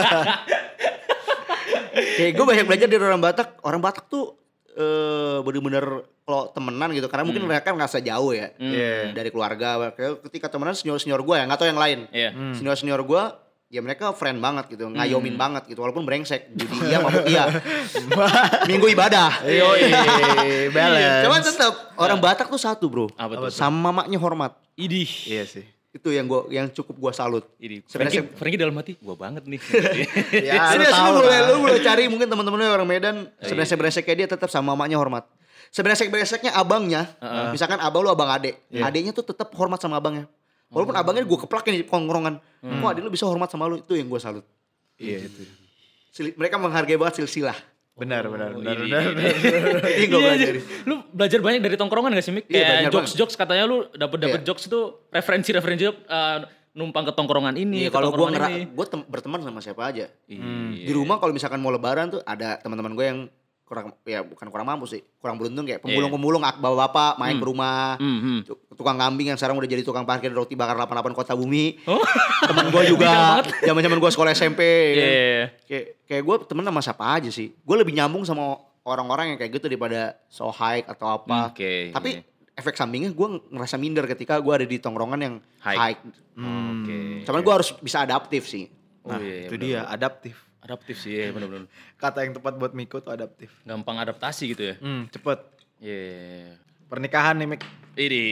Kayak gue banyak belajar dari orang Batak. Orang Batak tuh eh bener-bener kalau temenan gitu. Karena mungkin mereka ngerasa jauh ya. Iya. Dari keluarga. Kayak ketika temenan senior-senior gue ya. Gak tau yang lain. Iya. Senior-senior gue. Ya mereka friend banget gitu. Ngayomin banget gitu. Walaupun brengsek. Judi iya mabuk iya. Minggu ibadah. Yoi, balance. Cuman tetap orang Batak tuh satu bro. Apa tuh? Sama mamanya hormat. Idih. Iya sih. Itu yang gua yang cukup gua salut. Idih. Sebenarnya Frankie, Frankie dalam hati, gua banget nih. Ya, lu serius tahu lu boleh lah. lu boleh cari mungkin teman-teman lu yang orang Medan sebenarnya brengsek kayak dia tetap sama mamanya hormat. Sebenarnya brengseknya abangnya, misalkan abang lu abang ade, adeknya tuh tetap hormat sama abangnya. Walaupun abangnya gua keplakin di kongkrongan. Kok adek lu bisa hormat sama lu? Itu yang gua salut. Iya itu. Sil- Mereka menghargai banget silsilah. Benar benar benar ini. benar. benar. Ini gua Iya, belajar. lu belajar banyak dari tongkrongan gak sih Mik? Iya, Kayak banyak jokes-jokes katanya lu dapet-dapet Iya. jokes itu referensi-referensi uh, numpang ke tongkrongan ini, Iya, ke kalau gua tongkrongan ngera- ini. gua tem- berteman sama siapa aja. Iya. Di rumah kalau misalkan mau lebaran tuh ada teman-teman gue yang kurang ya bukan kurang mampu sih, kurang beruntung kayak pemulung-pemulung ak- bapak-bapak main ke rumah. Hmm, hmm. Tu- Tukang kambing yang sekarang udah jadi tukang parkir roti bakar delapan puluh delapan Kota Bumi. Oh. Temen gue juga, zaman-zaman gue sekolah S M P. kan. Iya. Kayak kayak gue temen sama siapa aja sih. Gue lebih nyambung sama orang-orang yang kayak gitu daripada so high atau apa. Oke, Tapi iya. efek sampingnya gue ngerasa minder ketika gue ada di tongkrongan yang High. high. Oke. Cuman gue harus bisa adaptif sih. Nah, Oh, iya, itu benar. dia adaptif. Adaptif sih, ya bener-bener. Kata yang tepat buat Miko tuh adaptif. Gampang adaptasi gitu ya. Hmm, cepet. Iya. Pernikahan nih Mik. Ini.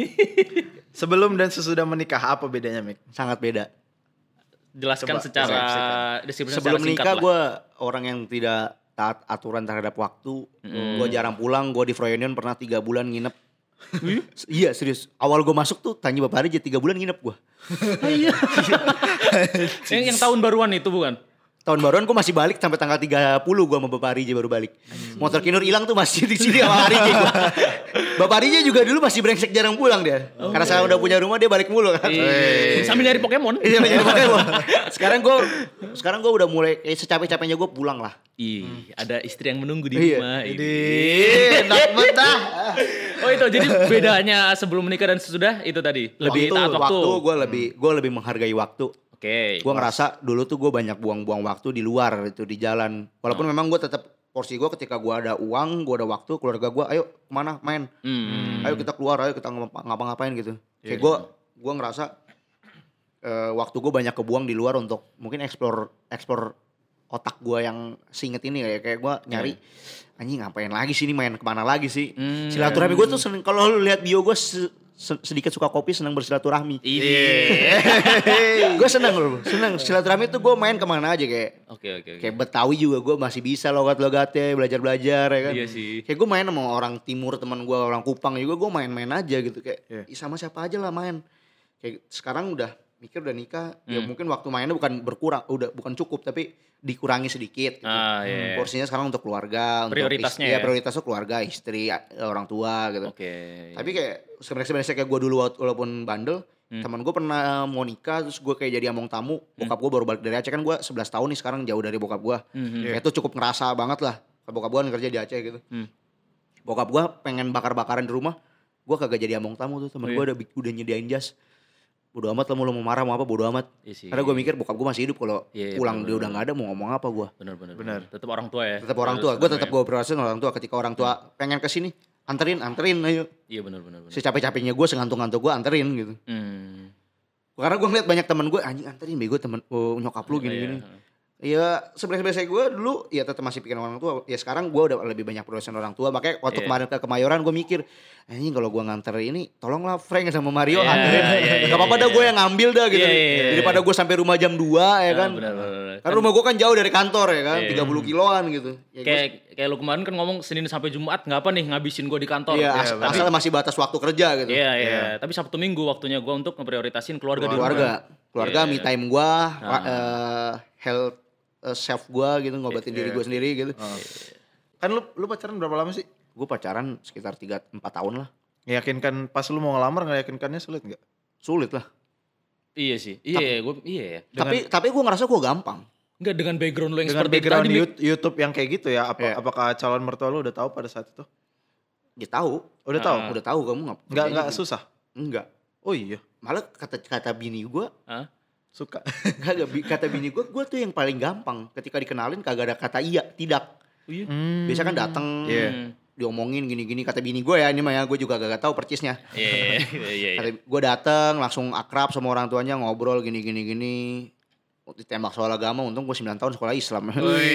Sebelum dan sesudah menikah apa bedanya Mik? Sangat beda. Jelaskan Coba secara deskripsikan. deskripsi Sebelum secara singkat nikah lah. gue orang yang tidak taat aturan terhadap waktu. Gue jarang pulang. Gue di Froyonion pernah tiga bulan nginep. Iya serius. Awal gue masuk tuh tanya Bapak Arija tiga bulan nginep gue. Iya. yang, yang tahun baruan itu bukan? Tahun baruan gue masih balik sampai tanggal tiga puluh gue sama Bapak Arija baru balik. Motor Kinur hilang tuh masih di sini sama Arija gue. Bapak Arija juga dulu masih brengsek jarang pulang dia. Karena saya udah punya rumah dia balik mulu kan. Iya. Sambil nyari Pokemon. Iya jadi Pokemon. Sekarang gue sekarang gue udah mulai kayak secapek-capeknya gue pulang lah. Ih, ada istri yang menunggu di Iya. rumah. Ini. enak banget dah. Oh itu jadi bedanya sebelum menikah dan sesudah itu tadi lebih taat waktu. gue lebih gue lebih menghargai waktu. Oke. Gue ngerasa dulu tuh gue banyak buang-buang waktu di luar itu di jalan. Walaupun memang gue tetap porsi gue ketika gue ada uang, gue ada waktu, keluarga gue, ayo kemana main, Hmm. ayo kita keluar, ayo kita ngapa- ngapa-ngapain gitu. Kayak gue gue ngerasa eh, waktu gue banyak kebuang di luar untuk mungkin explore explore otak gue yang singet ini kayak kayak gue nyari anjing ngapain lagi sih ini main kemana lagi sih. Hmm. Silaturahmi gue tuh seneng kalau lu lihat bio gue se- se- sedikit suka kopi senang bersilaturahmi. Iya. Gue seneng loh, seneng silaturahmi tuh gue main kemana aja kayak Oke oke oke. kayak Betawi juga gue masih bisa logat-logatnya belajar-belajar ya kan. Iya sih. Kayak gue main sama orang timur teman gue orang Kupang juga gue main-main aja gitu kayak Iya. "Ih, sama siapa aja lah main. Kayak sekarang udah mikir udah nikah, ya Hmm. mungkin waktu mainnya bukan berkurang, udah bukan cukup tapi dikurangi sedikit gitu. Ah, iya, iya. Porsinya sekarang untuk keluarga, untuk Prioritasnya istri, ya? prioritasnya keluarga, istri, orang tua gitu. Oke. Tapi kayak sebenarnya kayak gue dulu walaupun bandel, Hmm. teman gue pernah mau nikah terus gue kayak jadi among tamu. Bokap gue baru balik dari Aceh, kan gue sebelas tahun nih sekarang jauh dari bokap gue. Mhm. Kayak itu cukup ngerasa banget lah. Bokap gue kan kerja di Aceh gitu. Hmm. Bokap gue pengen bakar-bakaran di rumah, gue kagak jadi among tamu tuh. Temen Oh, gue iya? udah udah nyediain jas. Bodo amat lah mau lo mau marah mau apa, bodo amat. Iya sih. Karena gue mikir bokap gue masih hidup, kalau Iya, iya, pulang bener, dia bener, udah nggak ada mau ngomong apa gue. Benar benar. Benar. Tetap orang tua ya. Tetap orang Harus tua, gue tetap tetap ya. gue berasa orang tua. Ketika orang tua pengen kesini, anterin, anterin ayo. Iya benar benar benar. Secapek-capeknya gue, segantung-gantung gue anterin gitu. Hmm. Karena gue ngeliat banyak teman gue, anjing anterin bego temen oh, nyokap lu gini-gini. Iya. Ya sebenarnya gue dulu ya tetap masih pikiran orang tua. Ya sekarang gue udah lebih banyak prioritas orang tua. Makanya waktu Iya. kemarin ke Kemayoran gue mikir, anjing kalau gue nganter ini, tolonglah Frank sama Mario Iya, anterin. iya, iya, Gak apa-apa iya, dah gue iya. yang ngambil dah gitu. Iya, iya, iya. Daripada gue sampai rumah jam dua ya kan. Ah, benar benar. benar. Karena rumah gue kan jauh dari kantor ya kan, Iya. tiga puluh kiloan gitu. Ya, Kayak kayak lu kemarin kan ngomong Senin sampai Jumat nggak apa nih ngabisin gue di kantor. Iya, Ya, as- tapi- asal masih batas waktu kerja gitu. Iya iya. Tapi Sabtu Minggu waktunya gue untuk ngeprioritasin keluarga, di rumah. Keluarga, keluarga, Iya, me iya. time gue, Ah. health uh, self gue gitu, ngobatin diri gue sendiri gitu. Kan lu lu pacaran berapa lama sih? Gue pacaran sekitar tiga empat tahun lah. Meyakinkan pas lu mau ngelamar ngeyakinkannya sulit nggak? Sulit lah. Iya sih. Iya gue iya ya. Tapi tapi gue ngerasa gue gampang. Enggak dengan background lo yang Dengan seperti background tadi. Mik. Yout- YouTube yang kayak gitu ya, apa Iya. apakah calon mertua lu udah tahu pada saat itu? Dia tahu. Udah tahu? Ah. Udah tahu kamu nggak? Nggak nggak susah. Enggak. Oh iya, Malah kata kata bini gue, Hah? suka. kagak bi- kata bini gue, gue tuh yang paling gampang. Ketika dikenalin kagak ada kata iya, tidak. Oh iya. Hmm. Biasa kan datang, Iya. Hmm. diomongin gini-gini. Kata bini gue ya, ini mah ya gue juga gak tahu percisnya. Iya iya iya. Kata gue datang langsung akrab sama orang tuanya, ngobrol gini-gini gini. Ditembak soal agama, untung gue sembilan tahun sekolah Islam.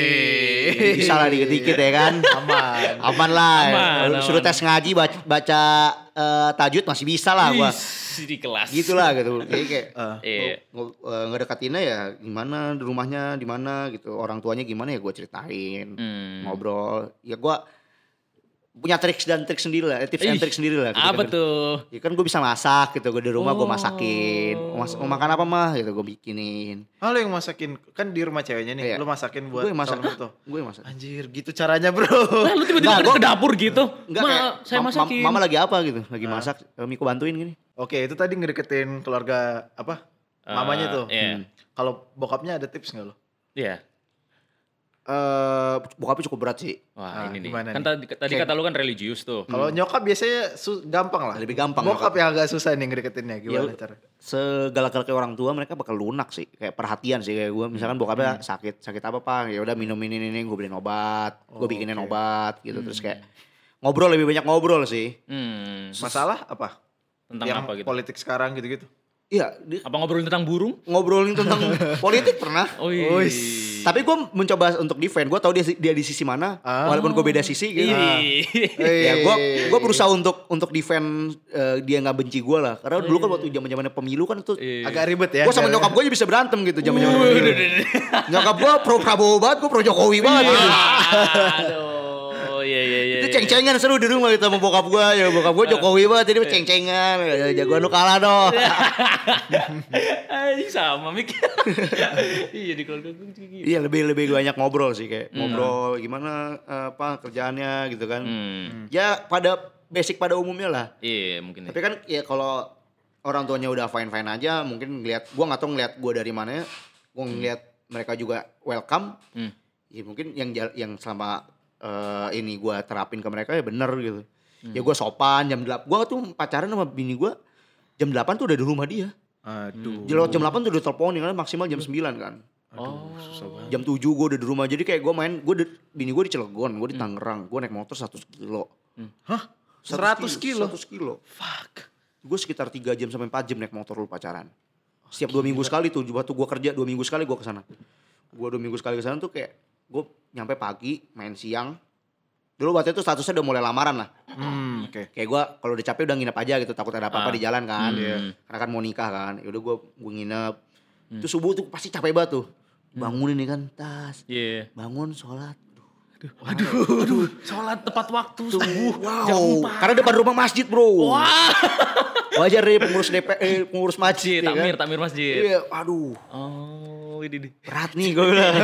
Wih. Bisa lah dikit-dikit ya kan. Aman. Aman lah. Aman, Suruh aman. tes ngaji baca, baca eh, tajwid masih bisa lah gua. Ih, di kelas. Gitu lah gitu. Jadi kayak Ah. Iya. nge- eh, ngedekatinnya ya gimana, di rumahnya di mana gitu. Orang tuanya gimana ya gue ceritain. Hmm. Ngobrol. Ya gua punya trik dan trik sendiri lah, eh, tips and Ih, trik sendiri lah. ketika Apa ber- tuh? Ya kan gue bisa masak gitu, gue di rumah gue Oh. masakin. Mau, mas- mau makan apa mah gitu gue bikinin. Ah, lu yang masakin kan di rumah ceweknya nih, Iya. lu masakin buat Gue yang masak. calon mertua. Gue yang masak. Anjir, gitu caranya, Bro. Lah lu tiba-tiba Nggak, ke gua- dapur gitu. Enggak Ma, kayak saya mam- masakin. Mama lagi apa gitu, lagi masak, eh, Miko bantuin gini. Oke, itu tadi ngedeketin keluarga apa? Mamanya tuh. Iya. Hmm. Kalau bokapnya ada tips nggak lo? Iya. Eh bokapnya cukup berat sih. Wah, Ah, ini nih. gimana Kan nih? tadi, tadi kata lu kan religius tuh. Kalau nyokap biasanya su- gampang lah. Lebih gampang Bokap nyokap. yang agak susah nih ngedeketinnya. Gimana Ya, cara? Segalak-galaknya orang tua mereka bakal lunak sih, kayak perhatian sih kayak gue. Misalkan bokapnya sakit, sakit apa pak? Ya udah minum ini ini, gue beliin obat, gue Oh, bikinin oke. obat gitu. Terus kayak ngobrol, lebih banyak ngobrol sih. Hmm. Masalah apa? Tentang yang apa gitu? politik sekarang gitu-gitu. Iya, di- Apa ngobrolin tentang burung? ngobrolin tentang politik pernah. Oh Wih. Tapi gue mencoba untuk defend, gue tahu dia dia di sisi mana, Ah. walaupun gue beda sisi gitu. Ih. Ya gue gue berusaha untuk untuk defend eh, dia nggak benci gue lah. Karena dulu kan waktu zaman zamannya pemilu kan itu Iya. Agak ribet ya. gue sama Agak- nyokap gue bisa berantem gitu zaman zaman pemilu. Nyokap gue pro Prabowo banget, gue pro Jokowi banget. Gitu. Aduh, iya iya iya. Itu ceng-cengan seru di rumah gitu sama bokap gue. Ya bokap gue Jokowi banget, jadi ceng-cengan. Ya, jagoan lu kalah dong. Anjing sama Mik. Iya di keluarga gue juga gitu. Iya lebih lebih banyak ngobrol sih kayak ngobrol gimana eh, apa kerjaannya gitu kan. Hmm. Ya pada basic pada umumnya lah. Iya mungkin. Tapi kan ya kalau orang tuanya udah fine fine aja, mungkin ngeliat gue nggak tahu ngeliat gue dari mana ya. Gue ngeliat mereka juga welcome. Hmm. Ya mungkin yang jal- yang selama eh, ini gue terapin ke mereka ya bener gitu. Ya gue sopan jam delapan. Gue tuh pacaran sama bini gue jam delapan tuh udah di rumah dia. Aduh. Jelot jam delapan tuh udah teleponin karena maksimal jam sembilan kan. Oh. Jam tujuh gue udah di rumah. Jadi kayak gue main, gue di- bini gue di Cilegon, gue di Tangerang. Gue naik motor seratus kilo. Hah? seratus kilo? seratus kilo. Fuck. Gue sekitar tiga jam sampai empat jam naik motor lu pacaran. Setiap dua minggu sekali tuh, waktu gue kerja dua minggu sekali gue kesana. Gue dua minggu sekali kesana tuh kayak gue nyampe pagi, main siang. Dulu waktu itu statusnya udah mulai lamaran lah. Hmm, oke. Kayak gue kalau udah capek udah nginep aja gitu, takut ada apa-apa Ah. di jalan kan. Hmm. Karena kan mau nikah kan. Ya udah gue gue nginep. Itu subuh tuh pasti capek banget tuh. Bangunin nih kan, tas. Iya. Bangun sholat. Aduh, Aduh, aduh, sholat tepat waktu subuh. Jam Wow, empat. karena depan rumah masjid bro. Wah. Wajar deh pengurus D P, eh, pengurus masjid. ya Takmir, kan? takmir masjid. Iya, aduh. Oh, ini nih. Berat nih gue bilang.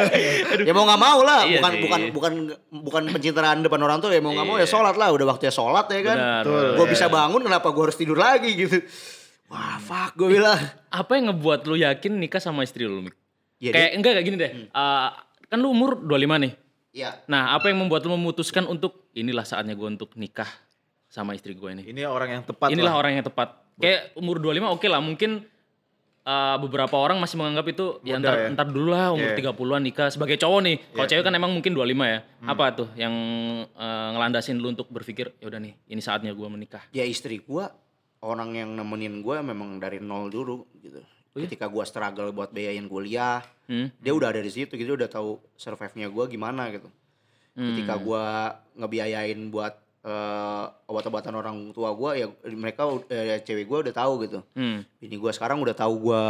Ya mau nggak mau lah, Iya bukan sih. bukan bukan bukan pencitraan depan orang tua ya mau nggak mau ya Iya. sholat lah, udah waktunya sholat ya kan. Benar. Gue bisa bangun kenapa gue harus tidur lagi gitu. Wah fuck gue bilang. Apa yang ngebuat lu yakin nikah sama istri lu, Mik? Ya, Kayak enggak kayak gini deh. Eh, kan lu umur dua puluh lima nih. Iya. Nah, apa yang membuat lu memutuskan untuk inilah saatnya gue untuk nikah sama istri gue ini? Ini orang yang tepat Inilah lah. orang yang tepat. Kayak umur dua puluh lima oke lah, mungkin uh, beberapa orang masih menganggap itu ya Muda ntar, ya. ntar dulu lah umur Yeah. tiga puluhan nikah sebagai cowok nih. Kalau Yeah. cewek kan emang mungkin dua puluh lima ya. Apa tuh yang uh, ngelandasin lu untuk berpikir ya udah nih, ini saatnya gue menikah. Ya istri gue orang yang nemenin gue memang dari nol dulu gitu. Oh iya? Ketika gue struggle buat biayain kuliah, Hmm? dia udah ada di situ gitu, dia udah tahu survive-nya gue gimana gitu. Ketika Hmm. gue ngebiayain buat eh, obat-obatan orang tua gue, ya mereka eh, cewek gue udah tahu gitu. Hmm. Bini gue sekarang udah tahu gue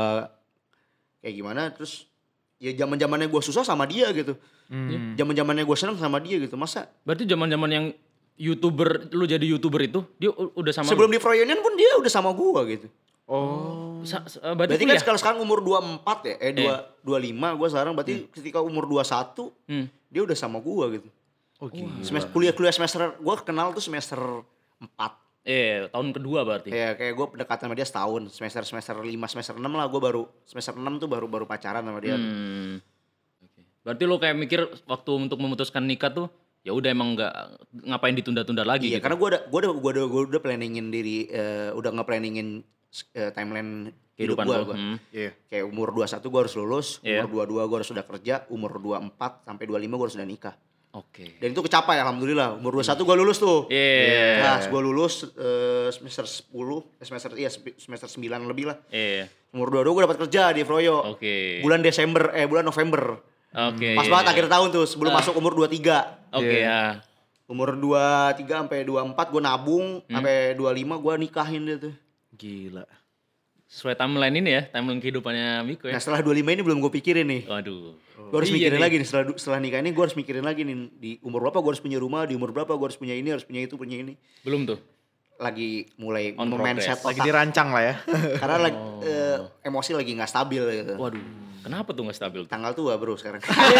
kayak gimana, terus ya zaman zamannya gue susah sama dia gitu, Hmm. zaman zamannya gue seneng sama dia gitu. Masa Berarti zaman-zaman yang YouTuber, lu jadi YouTuber itu, dia u- udah sama sebelum lu? di Froyonian pun dia udah sama gue gitu. Oh. Sa- sa- uh, berarti, Berarti kan kuliah? sekarang sekarang umur dua puluh empat ya, eh dua puluh lima gue sekarang, berarti ketika umur dua puluh satu Hmm. dia udah sama gue gitu. Oh gila. Semester kuliah kuliah semester gue kenal tuh semester empat. Eh, tahun kedua berarti. Ya kayak gue pendekatan sama dia setahun, semester semester lima semester enam lah gue baru semester enam tuh baru baru pacaran sama dia. Hmm. Oke. Berarti lo kayak mikir waktu untuk memutuskan nikah tuh ya udah emang nggak ngapain ditunda-tunda lagi Iya, gitu. karena gue udah gue udah gue udah gue udah planningin diri, eh, udah nge-planningin eh, timeline hidup Kehidupan gue. lo. Hmm. Iya. Kayak umur dua puluh satu gue harus lulus, Iya. umur dua puluh dua gue harus sudah kerja, umur dua puluh empat sampai dua puluh lima gue harus sudah nikah. Oke. Dan itu kecapai alhamdulillah. Umur dua puluh satu gue lulus tuh. Iya. Nah, gue lulus eh, semester sepuluh, eh, semester iya sep- semester sembilan lebih lah. Iya. Umur dua puluh dua gue dapat kerja di Froyo. Oke. Bulan Desember eh bulan November. Oke. Pas iya, banget iya. akhir tahun tuh sebelum masuk umur dua puluh tiga. Oke ya. Umur dua puluh tiga sampai dua puluh empat gue nabung, Hmm. sampai dua puluh lima gue nikahin dia tuh. Gila. Sesuai timeline ini ya, timeline kehidupannya Miko Nah ya. setelah dua puluh lima ini belum gue pikirin nih. Waduh. Gue harus Iya mikirin nih. lagi nih setelah setelah nikah ini gue harus mikirin lagi nih di umur berapa gue harus punya rumah, di umur berapa gue harus punya ini, harus punya itu, punya ini. Belum tuh. Lagi mulai On mindset progress. Lagi otak. dirancang lah ya. Karena lagi eh, emosi lagi nggak stabil gitu. Waduh. Kenapa tuh nggak stabil tuh? Tanggal tua bro sekarang.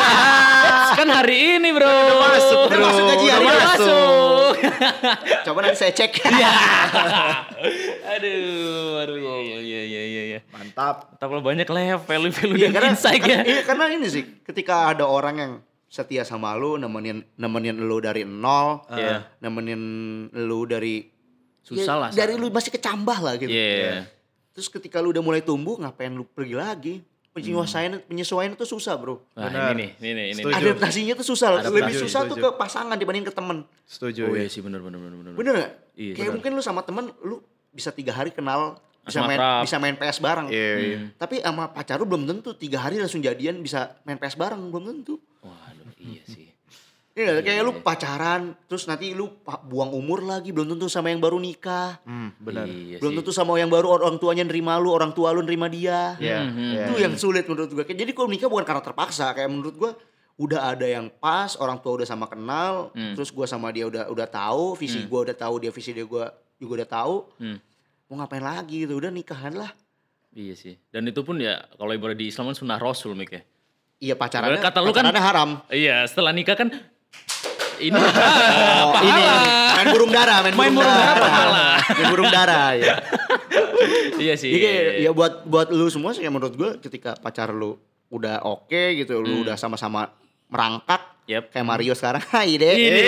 Kan hari ini bro. Udah masuk, Udah masuk gajian, Udah udah masuk. Coba nanti saya cek. Iya. Aduh, aduh iya iya iya iya iya. iya. Mantap. Tapi banyak lah ya value-value Iya, dan karena, insight ya. iya, karena ini sih ketika ada orang yang setia sama lu, nemenin nemenin lu dari nol, Iya. nemenin lu dari Susah lah, dari Sa. lu masih kecambah lah gitu. Iya. Terus ketika lu udah mulai tumbuh, ngapain lu pergi lagi? Penyesuaian penyesuaian itu susah, Bro. Wah, Benar. ini nih, ini nih, ini. Setuju. nih. Adaptasinya tuh susah, Adaptasi, lebih susah tuh setuju. ke pasangan dibanding ke temen. Setuju. Oh ya. iya sih benar benar benar benar. Bener gak? Iya, Kayak bener. mungkin lu sama temen, lu bisa tiga hari kenal, bisa Langsung main akrab. bisa main P S bareng. Iya, iya. Tapi sama pacar lu belum tentu tiga hari langsung jadian bisa main P S bareng, belum tentu. Waduh, iya sih. Iya, kayak lu pacaran, terus nanti lu pa- buang umur lagi, belum tentu sama yang baru nikah. Hmm, benar. Iya Belum sih. tentu sama yang baru orang tuanya nerima lu, orang tua lu nerima dia. Iya. Mhm. iya. Itu yang sulit menurut gua. Kayak- Jadi kalau nikah bukan karena terpaksa, kayak menurut gua udah ada yang pas, orang tua udah sama kenal, Hmm. terus gua sama dia udah udah tahu, visi gua udah tahu, dia visi dia gua juga udah tahu. Hmm. Mau ngapain lagi gitu, udah nikahan lah. Iya sih. Dan itu pun ya kalau ibarat di Islam kan sunnah Rasul Mik ya. Iya pacarannya, Kata lu kan- pacarannya haram. Iya, setelah nikah kan ini Oh, ini main burung dara, main, Main burung, burung dara. dara, pahala. Main burung dara ya. iya sih. Jadi kayak, ya buat buat lu semua sih kayak menurut gue ketika pacar lu udah oke gitu, lu udah sama-sama merangkak Yep. kayak Mario sekarang. Hai deh. Ini.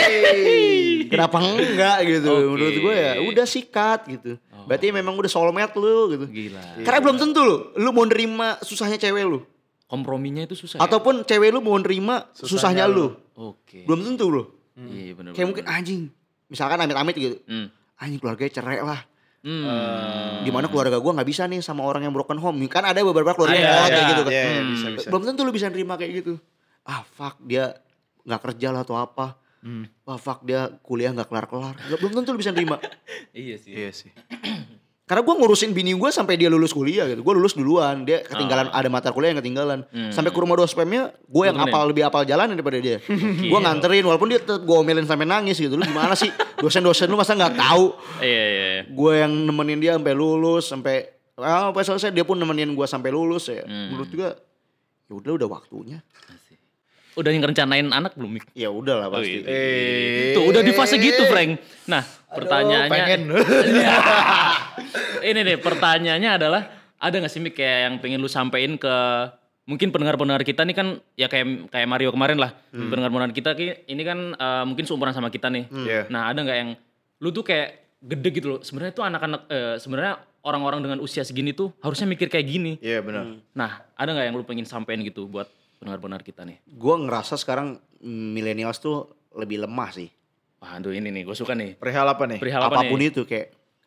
Kenapa enggak gitu? Oke. Menurut gue ya udah sikat gitu. Berarti memang udah soulmate lu gitu. Gila. Karena belum tentu lu, lu mau nerima susahnya cewek lu. Komprominya itu susah. ya? Ataupun cewek lu mau nerima susahnya, Susahnya lu. Oke. Belum tentu lu. Iya benar. Kayak mungkin anjing. Misalkan amit-amit gitu. Hmm. Anjing keluarganya cerai lah. Hmm. Gimana keluarga gua nggak bisa nih sama orang yang broken home. Kan ada beberapa keluarga Ada, yang kolot kayak ada. gitu kan. Iya, Hmm. bisa bisa. Belum tentu lu bisa nerima kayak gitu. Ah fuck dia nggak kerja lah atau apa. Hmm. Wah fuck dia kuliah nggak kelar-kelar. Nggak- Belum tentu lu bisa nerima. Iya sih. Iya sih. Karena gue ngurusin bini gue sampai dia lulus kuliah gitu. Gue lulus duluan, dia ketinggalan, ada mata kuliah yang ketinggalan. Hmm. Sampai ke rumah dospemnya, gue yang Temenin. apal lebih apal jalan daripada dia. Gue nganterin, walaupun dia tetap gue omelin sampai nangis gitu. Lu gimana sih? Dosen-dosen lu masa nggak tahu? Iya iya. iya. Gue yang nemenin dia sampai lulus, sampai ah, sampai selesai dia pun nemenin gue sampai lulus ya. Hmm. Menurut gue, ya udah udah waktunya. Udah ngerencanain anak belum, Mik? Ya udah lah pasti. Eh, Tuh udah di fase gitu, Frank. Nah, pertanyaannya pengen. ini nih pertanyaannya adalah ada nggak sih Mik kayak yang pengen lu sampein ke mungkin pendengar-pendengar kita nih kan ya kayak kayak Mario kemarin lah. Pendengar-pendengar kita ki- ini kan eh, mungkin seumuran sama kita nih. Iya. Nah, ada nggak yang lu tuh kayak gede gitu loh. Sebenarnya tuh anak-anak eh, sebenarnya orang-orang dengan usia segini tuh harusnya mikir kayak gini. Iya benar. Nah, ada nggak yang lu pengen sampein gitu buat pendengar-pendengar kita nih? Gue ngerasa sekarang millennials tuh lebih lemah sih. Waduh ini nih gue suka nih. Perihal apa nih? Perihal apa Apapun nih? itu kayak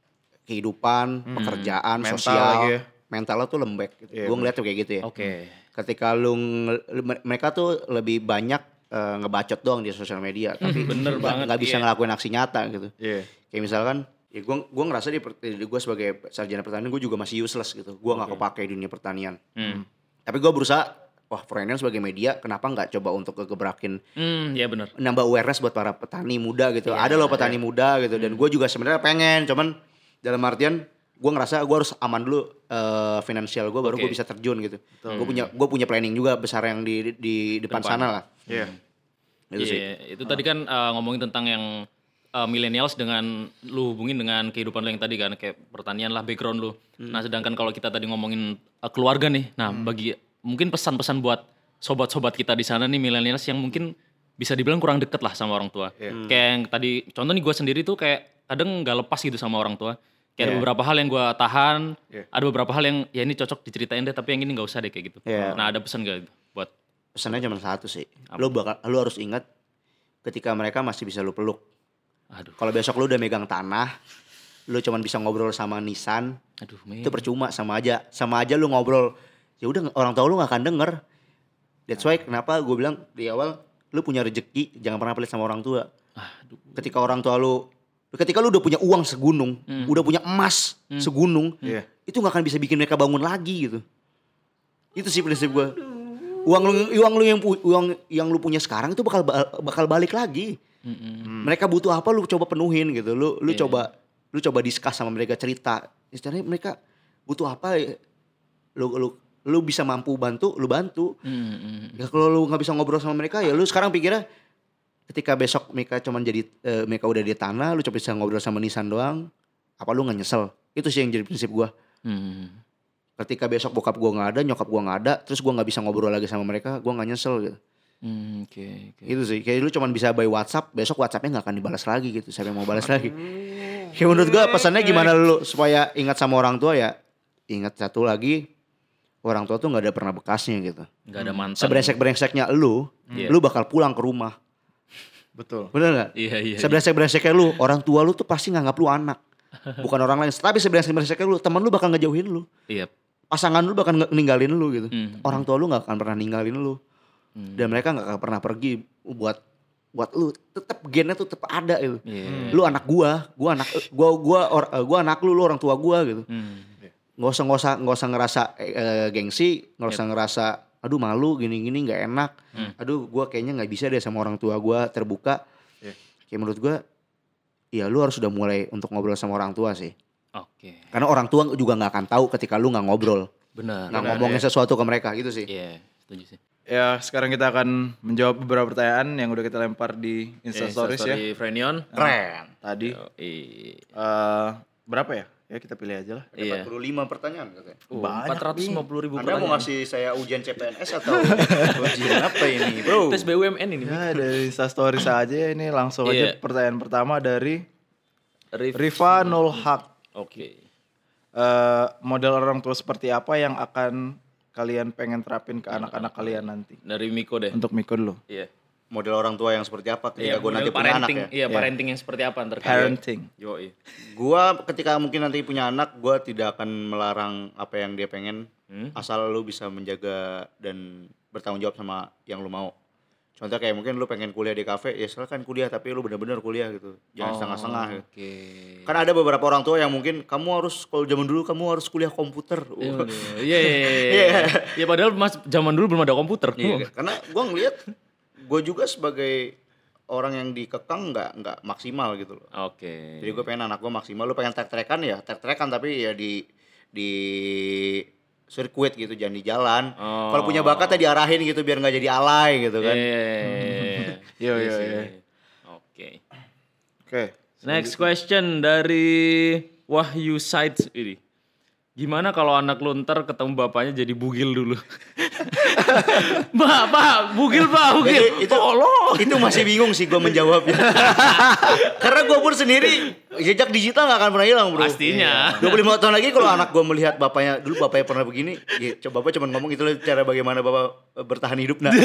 kehidupan, pekerjaan, mental sosial, lagi ya. mentalnya tuh lembek. Gitu. Iya, Gue ngeliat tuh kayak gitu ya. Oke. Ketika lu nge- lu- mereka tuh lebih banyak eh, ngebacot doang di sosial media, tapi Bener nggak- banget, nggak bisa iya. ngelakuin aksi nyata gitu. Iya. Kayak misalkan, ya gue gue ngerasa di, gue sebagai sarjana pertanian gue juga masih useless gitu. Gue nggak kepake di dunia pertanian. Hmm. Tapi gue berusaha. Wah, Froynion sebagai media, kenapa nggak coba untuk kegebrakin Hmm, ya benar. nambah awareness buat para petani muda gitu. Iya, Ada loh petani muda gitu. Dan gue juga sebenarnya pengen, cuman dalam artian gue ngerasa gue harus aman dulu eh, finansial gue baru Oke. gue bisa terjun gitu. Gue punya gue punya planning juga besar yang di di depan, Depan. sana lah. Iya. Gitu sih. Iya, itu tadi kan uh, ngomongin tentang yang uh, millennials dengan lu hubungin dengan kehidupan lu yang tadi kan kayak pertanian lah background lu. Nah, sedangkan kalau kita tadi ngomongin uh, keluarga nih. Nah, bagi mungkin pesan-pesan buat sobat-sobat kita di sana nih millennials yang mungkin bisa dibilang kurang deket lah sama orang tua. Iya. Kayak yang tadi contoh nih gue sendiri tuh kayak kadang nggak lepas gitu sama orang tua. Kayak ada Iya. beberapa hal yang gue tahan, Iya. ada beberapa hal yang ya ini cocok diceritain deh tapi yang ini nggak usah deh kayak gitu. Iya. Nah, ada pesan gak gitu buat Pesannya cuma satu sih. Lu bakal lu harus ingat ketika mereka masih bisa lu peluk. aduh, Kalau besok lu udah megang tanah, lu cuman bisa ngobrol sama nisan, aduh, men. itu percuma, sama aja. Sama aja lu ngobrol. Ya udah orang tua lu gak akan denger. That's why kenapa gue bilang di awal lu punya rezeki jangan pernah pelit sama orang tua. Aduh. Ketika orang tua lu ketika lu udah punya uang segunung, Hmm. udah punya emas segunung, Iya. itu gak akan bisa bikin mereka bangun lagi gitu. Itu sih prinsip gue. Uang lu uang lu yang pu- uang yang lu punya sekarang itu bakal ba- bakal balik lagi. Mm-mm. Mereka butuh apa lu coba penuhin gitu. Lu lu Iya. coba lu coba discuss sama mereka, cerita. Istilahnya mereka butuh apa ya, lu lu lu bisa mampu bantu, lu bantu. Mm-mm. Ya kalau lu nggak bisa ngobrol sama mereka ya lu sekarang pikirnya ketika besok mereka cuman jadi eh, mereka udah di tanah, lu coba bisa ngobrol sama nisan doang, apa lu nggak nyesel? Itu sih yang jadi prinsip gua. Mm. Ketika besok bokap gua nggak ada, nyokap gua nggak ada, terus gua nggak bisa ngobrol lagi sama mereka, gua nggak nyesel gitu. Hmm, oke, oke. Itu sih, kayak lu cuman bisa by WhatsApp, besok WhatsAppnya nggak akan dibalas lagi gitu. Siapa yang mau balas lagi? Kayak menurut gua pesannya gimana lu supaya ingat sama orang tua ya? Ingat satu lagi, orang tua tuh nggak ada pernah bekasnya gitu. Nggak ada mantan. Sebrengsek-brengseknya lu, Iya. lu bakal pulang ke rumah. Betul. Bener nggak? Iya, iya. iya. Sebrengsek-brengseknya lu, orang tua lu tuh pasti nganggap lu anak. Bukan orang lain. Tapi sebrengsek-brengseknya lu, teman lu bakal ngejauhin lu. Iya. Pasangan lu bakal nge- ninggalin lu gitu. Hmm. Orang tua lu nggak akan pernah ninggalin lu. Hmm. Dan mereka nggak akan pernah pergi buat buat lu. Tetap gennya tuh tetap ada gitu. Iya. Lu anak gua, gua anak gua gua or, eh, gua anak lu, lu orang tua gua gitu. Hmm. Nggak usah nggak usah nggak usah ngerasa eh, gengsi, nggak usah ngerasa aduh malu gini-gini nggak enak. Hmm. Aduh gua kayaknya nggak bisa deh sama orang tua gua terbuka. Iya. Kayak menurut gua ya lu harus udah mulai untuk ngobrol sama orang tua sih. Oke. Karena orang tua juga nggak akan tahu ketika lu nggak ngobrol, Benar. nggak Benar, ngomongin ya. sesuatu ke mereka gitu sih. Iya, setuju sih. Ya sekarang kita akan menjawab beberapa pertanyaan yang udah kita lempar di Insta Stories ya. Instastory Frenion. Keren. Tadi Iya. eh berapa ya? Ya kita pilih aja lah. Iya. empat puluh lima pertanyaan katanya. Banyak empat ratus lima puluh ribu Anda mau pertanyaan. ngasih saya ujian C P N S atau ujian apa ini, bro? Tes B U M N ini. Ya dari Insta Stories aja ini langsung aja Iya. pertanyaan pertama dari Rif- Riva Nul Haq. Oke. Eh, model orang tua seperti apa yang akan kalian pengen terapin ke anak-anak kalian nanti? Dari Miko deh. Untuk Miko dulu. Iya. Model orang tua yang seperti apa ketika Iya, gue nanti model punya anak parenting. ya? Iya, parenting yang seperti apa ntar. Parenting. Yo, iya. Gua ketika mungkin nanti punya anak, gua tidak akan melarang apa yang dia pengen, Hmm? asal lu bisa menjaga dan bertanggung jawab sama yang lu mau. Contoh kayak mungkin lu pengen kuliah di kafe, ya silakan kuliah tapi lu bener-bener kuliah gitu. Jangan setengah-setengah gitu. Oke. Kan ada beberapa orang tua yang mungkin kamu harus kalau zaman dulu kamu harus kuliah komputer. Iya, iya, iya. Ya padahal mas zaman dulu belum ada komputer. Iya, karena gua ngelihat gua juga sebagai orang yang dikekang nggak nggak maksimal gitu loh. Oke. Jadi gue pengen anak gue maksimal. Lu pengen trek-trekan ya trek-trekan tapi ya di di sirkuit gitu, jangan di jalan. Oh. Kalau punya bakat ya diarahin gitu biar nggak jadi alay gitu kan. Iya. Yo, yo, yo. Oke. Oke. Next question dari Wahyu Sides ini. Gimana kalau anak lu ntar ketemu bapaknya jadi bugil dulu? Pak, pak, bugil pak, bugil. Itu, itu, itu masih bingung sih gue menjawabnya. Karena gue pun sendiri jejak digital gak akan pernah hilang bro. Pastinya. dua puluh lima tahun lagi kalau anak gue melihat bapaknya, dulu bapaknya pernah begini, ya, coba bapak cuma ngomong itu cara bagaimana bapak bertahan hidup nah.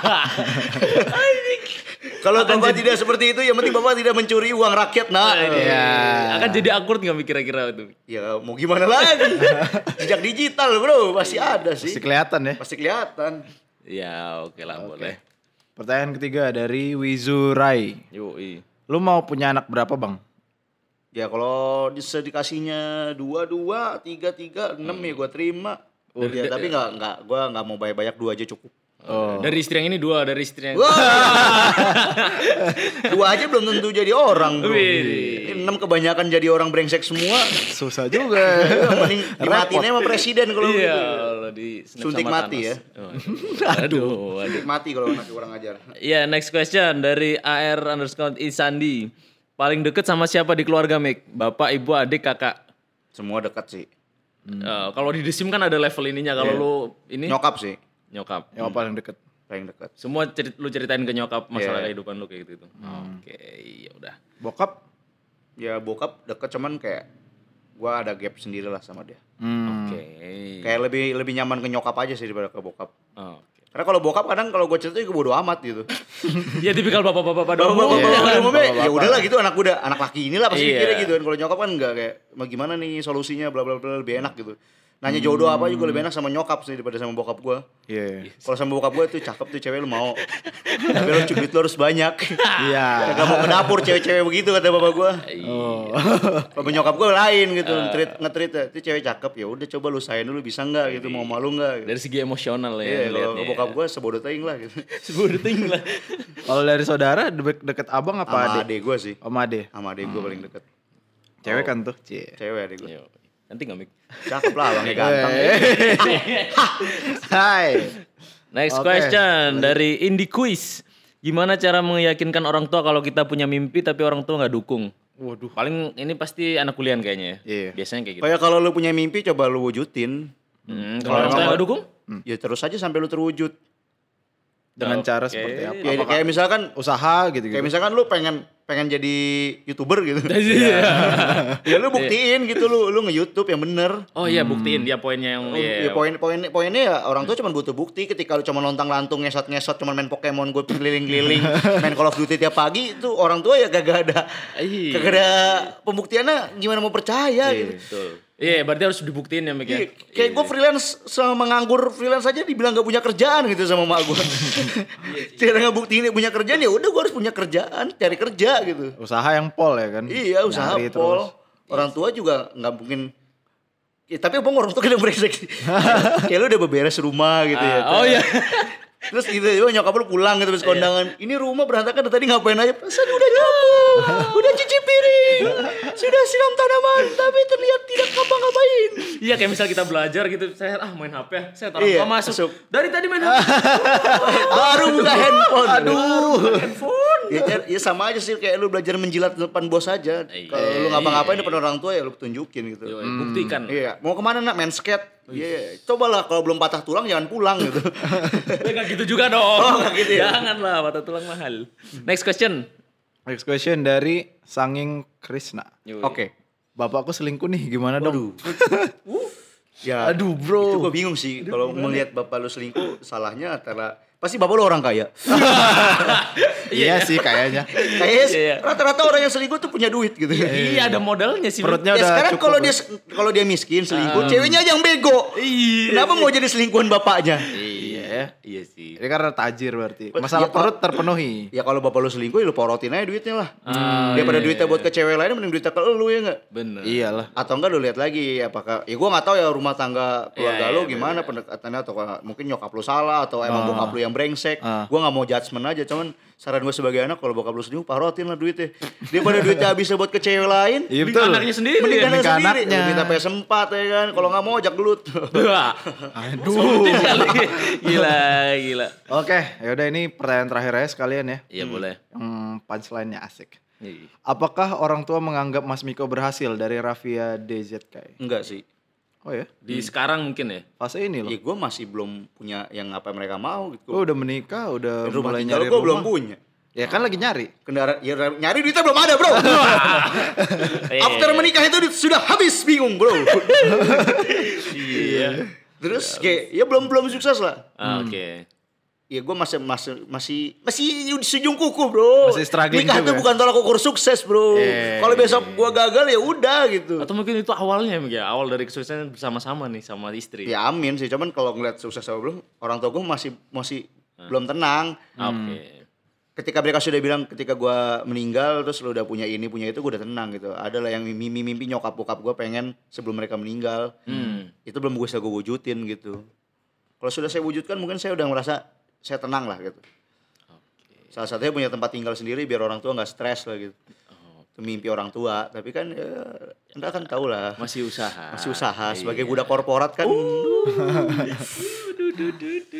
Kalau bapak tidak seperti itu, yang penting bapak tidak mencuri uang rakyat nah. Iya. Akan jadi akur nggak kira-kira itu? Ya mau gimana lagi? Jejak digital bro, pasti ada sih. Pasti kelihatan ya. Pasti kelihatan. Ya oke lah boleh. Pertanyaan ketiga dari Wizurai. Yoi. Lu mau punya anak berapa bang? Ya kalau bisa dikasihnya dua dua, tiga tiga, enam ya gue terima. Oh, Ya, tapi nggak nggak gue nggak mau banyak-banyak, dua aja cukup. Oh. Dari istri yang ini dua, dari istri yang Wah, dua aja belum tentu jadi orang bro. Wih. Enam kebanyakan jadi orang brengsek semua. Susah juga. Mending dimatiin sama presiden kalau Iya, begitu. kalau di snap Suntik sama mati Thanos. ya. Oh. Aduh, aduh. Suntik mati kalau nanti orang ajar. Iya, next question dari A R underscore Isandi. Paling deket sama siapa di keluarga Mik? Bapak, ibu, adik, kakak? Semua dekat sih. Eh, kalau di The Sim kan ada level ininya. Kalau Iya. lu ini Nyokap sih nyokap. Yang paling deket. paling dekat. Semua cerit, lu ceritain ke nyokap masalah Iya. kehidupan lu kayak gitu. Oke, ya udah. Bokap? Ya bokap deket cuman kayak gua ada gap sendiri lah sama dia. Hmm. Oke. Kayak lebih lebih nyaman ke nyokap aja sih daripada ke bokap. Oke. Karena kalau bokap kadang kalau gue cerita juga bodo amat gitu. Ya tipikal bapak-bapak pada Bapak-bapak umumnya. pada umumnya bapak-bapak. ya udahlah gitu, anak udah anak laki inilah pasti Iya. mikirnya gitu kan. Kalau nyokap kan enggak, kayak "Ma, gimana nih solusinya bla bla bla, lebih enak gitu. Nanya jodoh apa juga lebih enak sama nyokap sih daripada sama bokap gue. Iya. Kalau sama bokap gue tuh cakep tuh cewek lu mau. Tapi lu duit lu harus banyak. Iya. Gak mau ke dapur cewek-cewek begitu kata bapak gue. Oh. Kalau nyokap gue lain gitu, nge-treat nge-treat itu cewek cakep ya udah coba lu sayang dulu bisa enggak gitu, mau malu enggak gitu. Dari segi emosional ya. Iya, kalau liatnya. bokap gue sebodoh teing lah gitu. Sebuah ting lah. Kalau dari saudara de- deket abang apa Sama adik? adek gue sih. Om ade. Sama adek gue paling deket. Cewek kan tuh. Cie. Cewek adek gue. Yo. Nanti nggak Mik? Cakep lah abangnya ganteng. Hai. Next Oke. question dari Indie Quiz. Gimana cara meyakinkan orang tua kalau kita punya mimpi tapi orang tua nggak dukung? Waduh. Paling ini pasti anak kuliah kayaknya ya. Iya. Biasanya kayak gitu. Kayak kalau lu punya mimpi coba lu wujudin. Hmm, Kalau kalau orang tua emang- nggak dukung? Ya terus aja sampai lu terwujud. Dengan cara Oke. seperti apa? Ya kayak misalkan Usaha gitu-gitu. kayak misalkan lu pengen pengen jadi YouTuber gitu. Iya. Ya lu buktiin gitu lu lu nge-YouTube yang bener. Oh iya buktiin dia poinnya yang Ya, iya. poin poin poinnya ya orang tua cuma butuh bukti. Ketika lu cuma lontang-lantung ngesot-ngesot cuma main Pokemon Go keliling-keliling, main Call of Duty tiap pagi itu orang tua ya gak ada Iya. kagak ada pembuktiannya, gimana mau percaya gitu. Betul. Iya, berarti harus dibuktiin ya Mik ya. Iya, kayak gue freelance sama nganggur freelance aja dibilang gak punya kerjaan gitu sama mak gue. Cara ngebuktiin dia punya kerjaan ya udah gue harus punya kerjaan, cari kerja gitu. Usaha yang pol ya kan? Iya usaha Nyari pol. terus. Orang tua juga nggak mungkin. Ya, tapi abang orang tua kadang brengsek sih. Kayak lu udah beberes rumah gitu ya. Ah, oh iya. Terus gitu nyokap lu pulang gitu terus kondangan. Ini rumah berantakan tadi ngapain aja? Pesan udah nyapu, udah cuci piring, sudah siram tanaman, tapi terlihat tidak ngapa-ngapain. Iya kayak misal kita belajar gitu, saya ah main H P ya, saya taruh Iya, masuk. masuk. Dari tadi main H P. Baru buka handphone. Aduh. Handphone. Ya, ya, ya sama aja sih kayak lu belajar menjilat depan bos aja. Kalau lu ngapa-ngapain depan orang tua ya lu tunjukin gitu. Yo, buktikan. Iya, mau kemana nak main skate? Iya, cobalah kalau belum patah tulang jangan pulang gitu. Ya nggak gitu juga dong. Oh, nggak gitu ya? Janganlah, patah tulang mahal. Next question. Next question dari Sanging Krishna. Yoi. Oke. Bapakku selingkuh nih, gimana dong? Ya, Aduh, bro. itu gue bingung sih kalau melihat bapak lu selingkuh, salahnya antara pasti bapak lu orang kaya. Iya sih kayaknya. Kayaknya Iya. rata-rata orang yang selingkuh tuh punya duit gitu. Iya, ada modalnya sih. Perutnya Ya udah sekarang cukup. kalau dia kalau dia miskin selingkuh, ceweknya aja yang bego. Iya. Kenapa mau jadi selingkuhan bapaknya? Iya, ya. Iya sih. Ini karena tajir berarti. Bet- Masalah iya, perut Pak. terpenuhi. Ya kalau bapak lu selingkuh ya lu porotin aja duitnya lah. Ah, Daripada iya, duitnya iya. buat ke cewek lain mending duitnya ke lu ya enggak? Bener. Iyalah. Atau enggak lu lihat lagi apakah ya gua nggak tahu ya rumah tangga keluarga Iya, lu iya, gimana pendekatannya atau mungkin nyokap lu salah atau emang bokap lu yang brengsek. Ah. Gua nggak mau judgement aja cuman saran gue sebagai anak kalau bokap lu selingkuh parotin lah duitnya. Daripada duitnya habisnya buat ke cewek lain. Iya Mending betul. anaknya sendiri. Mending ya. anak ke sendiri. anaknya. Lu minta P S empat ya kan. Kalau nggak mau ajak gelut. Wah. Aduh. Gila, gila. Oke, yaudah ini pertanyaan terakhir aja sekalian ya. Iya boleh. Hmm, punchline-nya asik. Iya. Apakah orang tua menganggap Mas Miko berhasil dari Rafia D Z K? Enggak sih. Oh ya, Di sekarang mungkin ya. fase ini loh. Ya gue masih belum punya yang apa mereka mau gitu. Oh, udah menikah, udah Rumah mulai tinggal nyari gue rumah. belum punya. Ya kan lagi nyari. Kendaraan ya nyari duitnya belum ada, Bro. After menikah itu duit sudah habis, bingung, Bro. Iya. Terus kayak ya belum belum sukses lah. Ah, Oke. Ya gue masih masih masih masih sejung kuku, Bro. Masih struggling Nikah juga itu ya? bukan tolak ukur sukses, Bro. Eh. Kalau besok gue gagal ya udah gitu. Atau mungkin itu awalnya ya, awal dari kesuksesan bersama-sama nih sama istri. Ya amin sih, cuman kalau ngeliat sukses sama belum, orang tua gue masih masih belum tenang. Oke. Ketika mereka sudah bilang ketika gue meninggal terus lu udah punya ini punya itu gue udah tenang gitu. Ada lah yang mimpi-mimpi nyokap bokap gue pengen sebelum mereka meninggal. Hmm. Itu belum gue bisa gue wujudin gitu. Kalau sudah saya wujudkan mungkin saya udah merasa saya tenang lah gitu. Salah satunya punya tempat tinggal sendiri biar orang tua nggak stres lah gitu. Itu mimpi orang tua. Tapi kan ya, anda kan tahu lah. Masih usaha. Masih usaha sebagai budak korporat kan.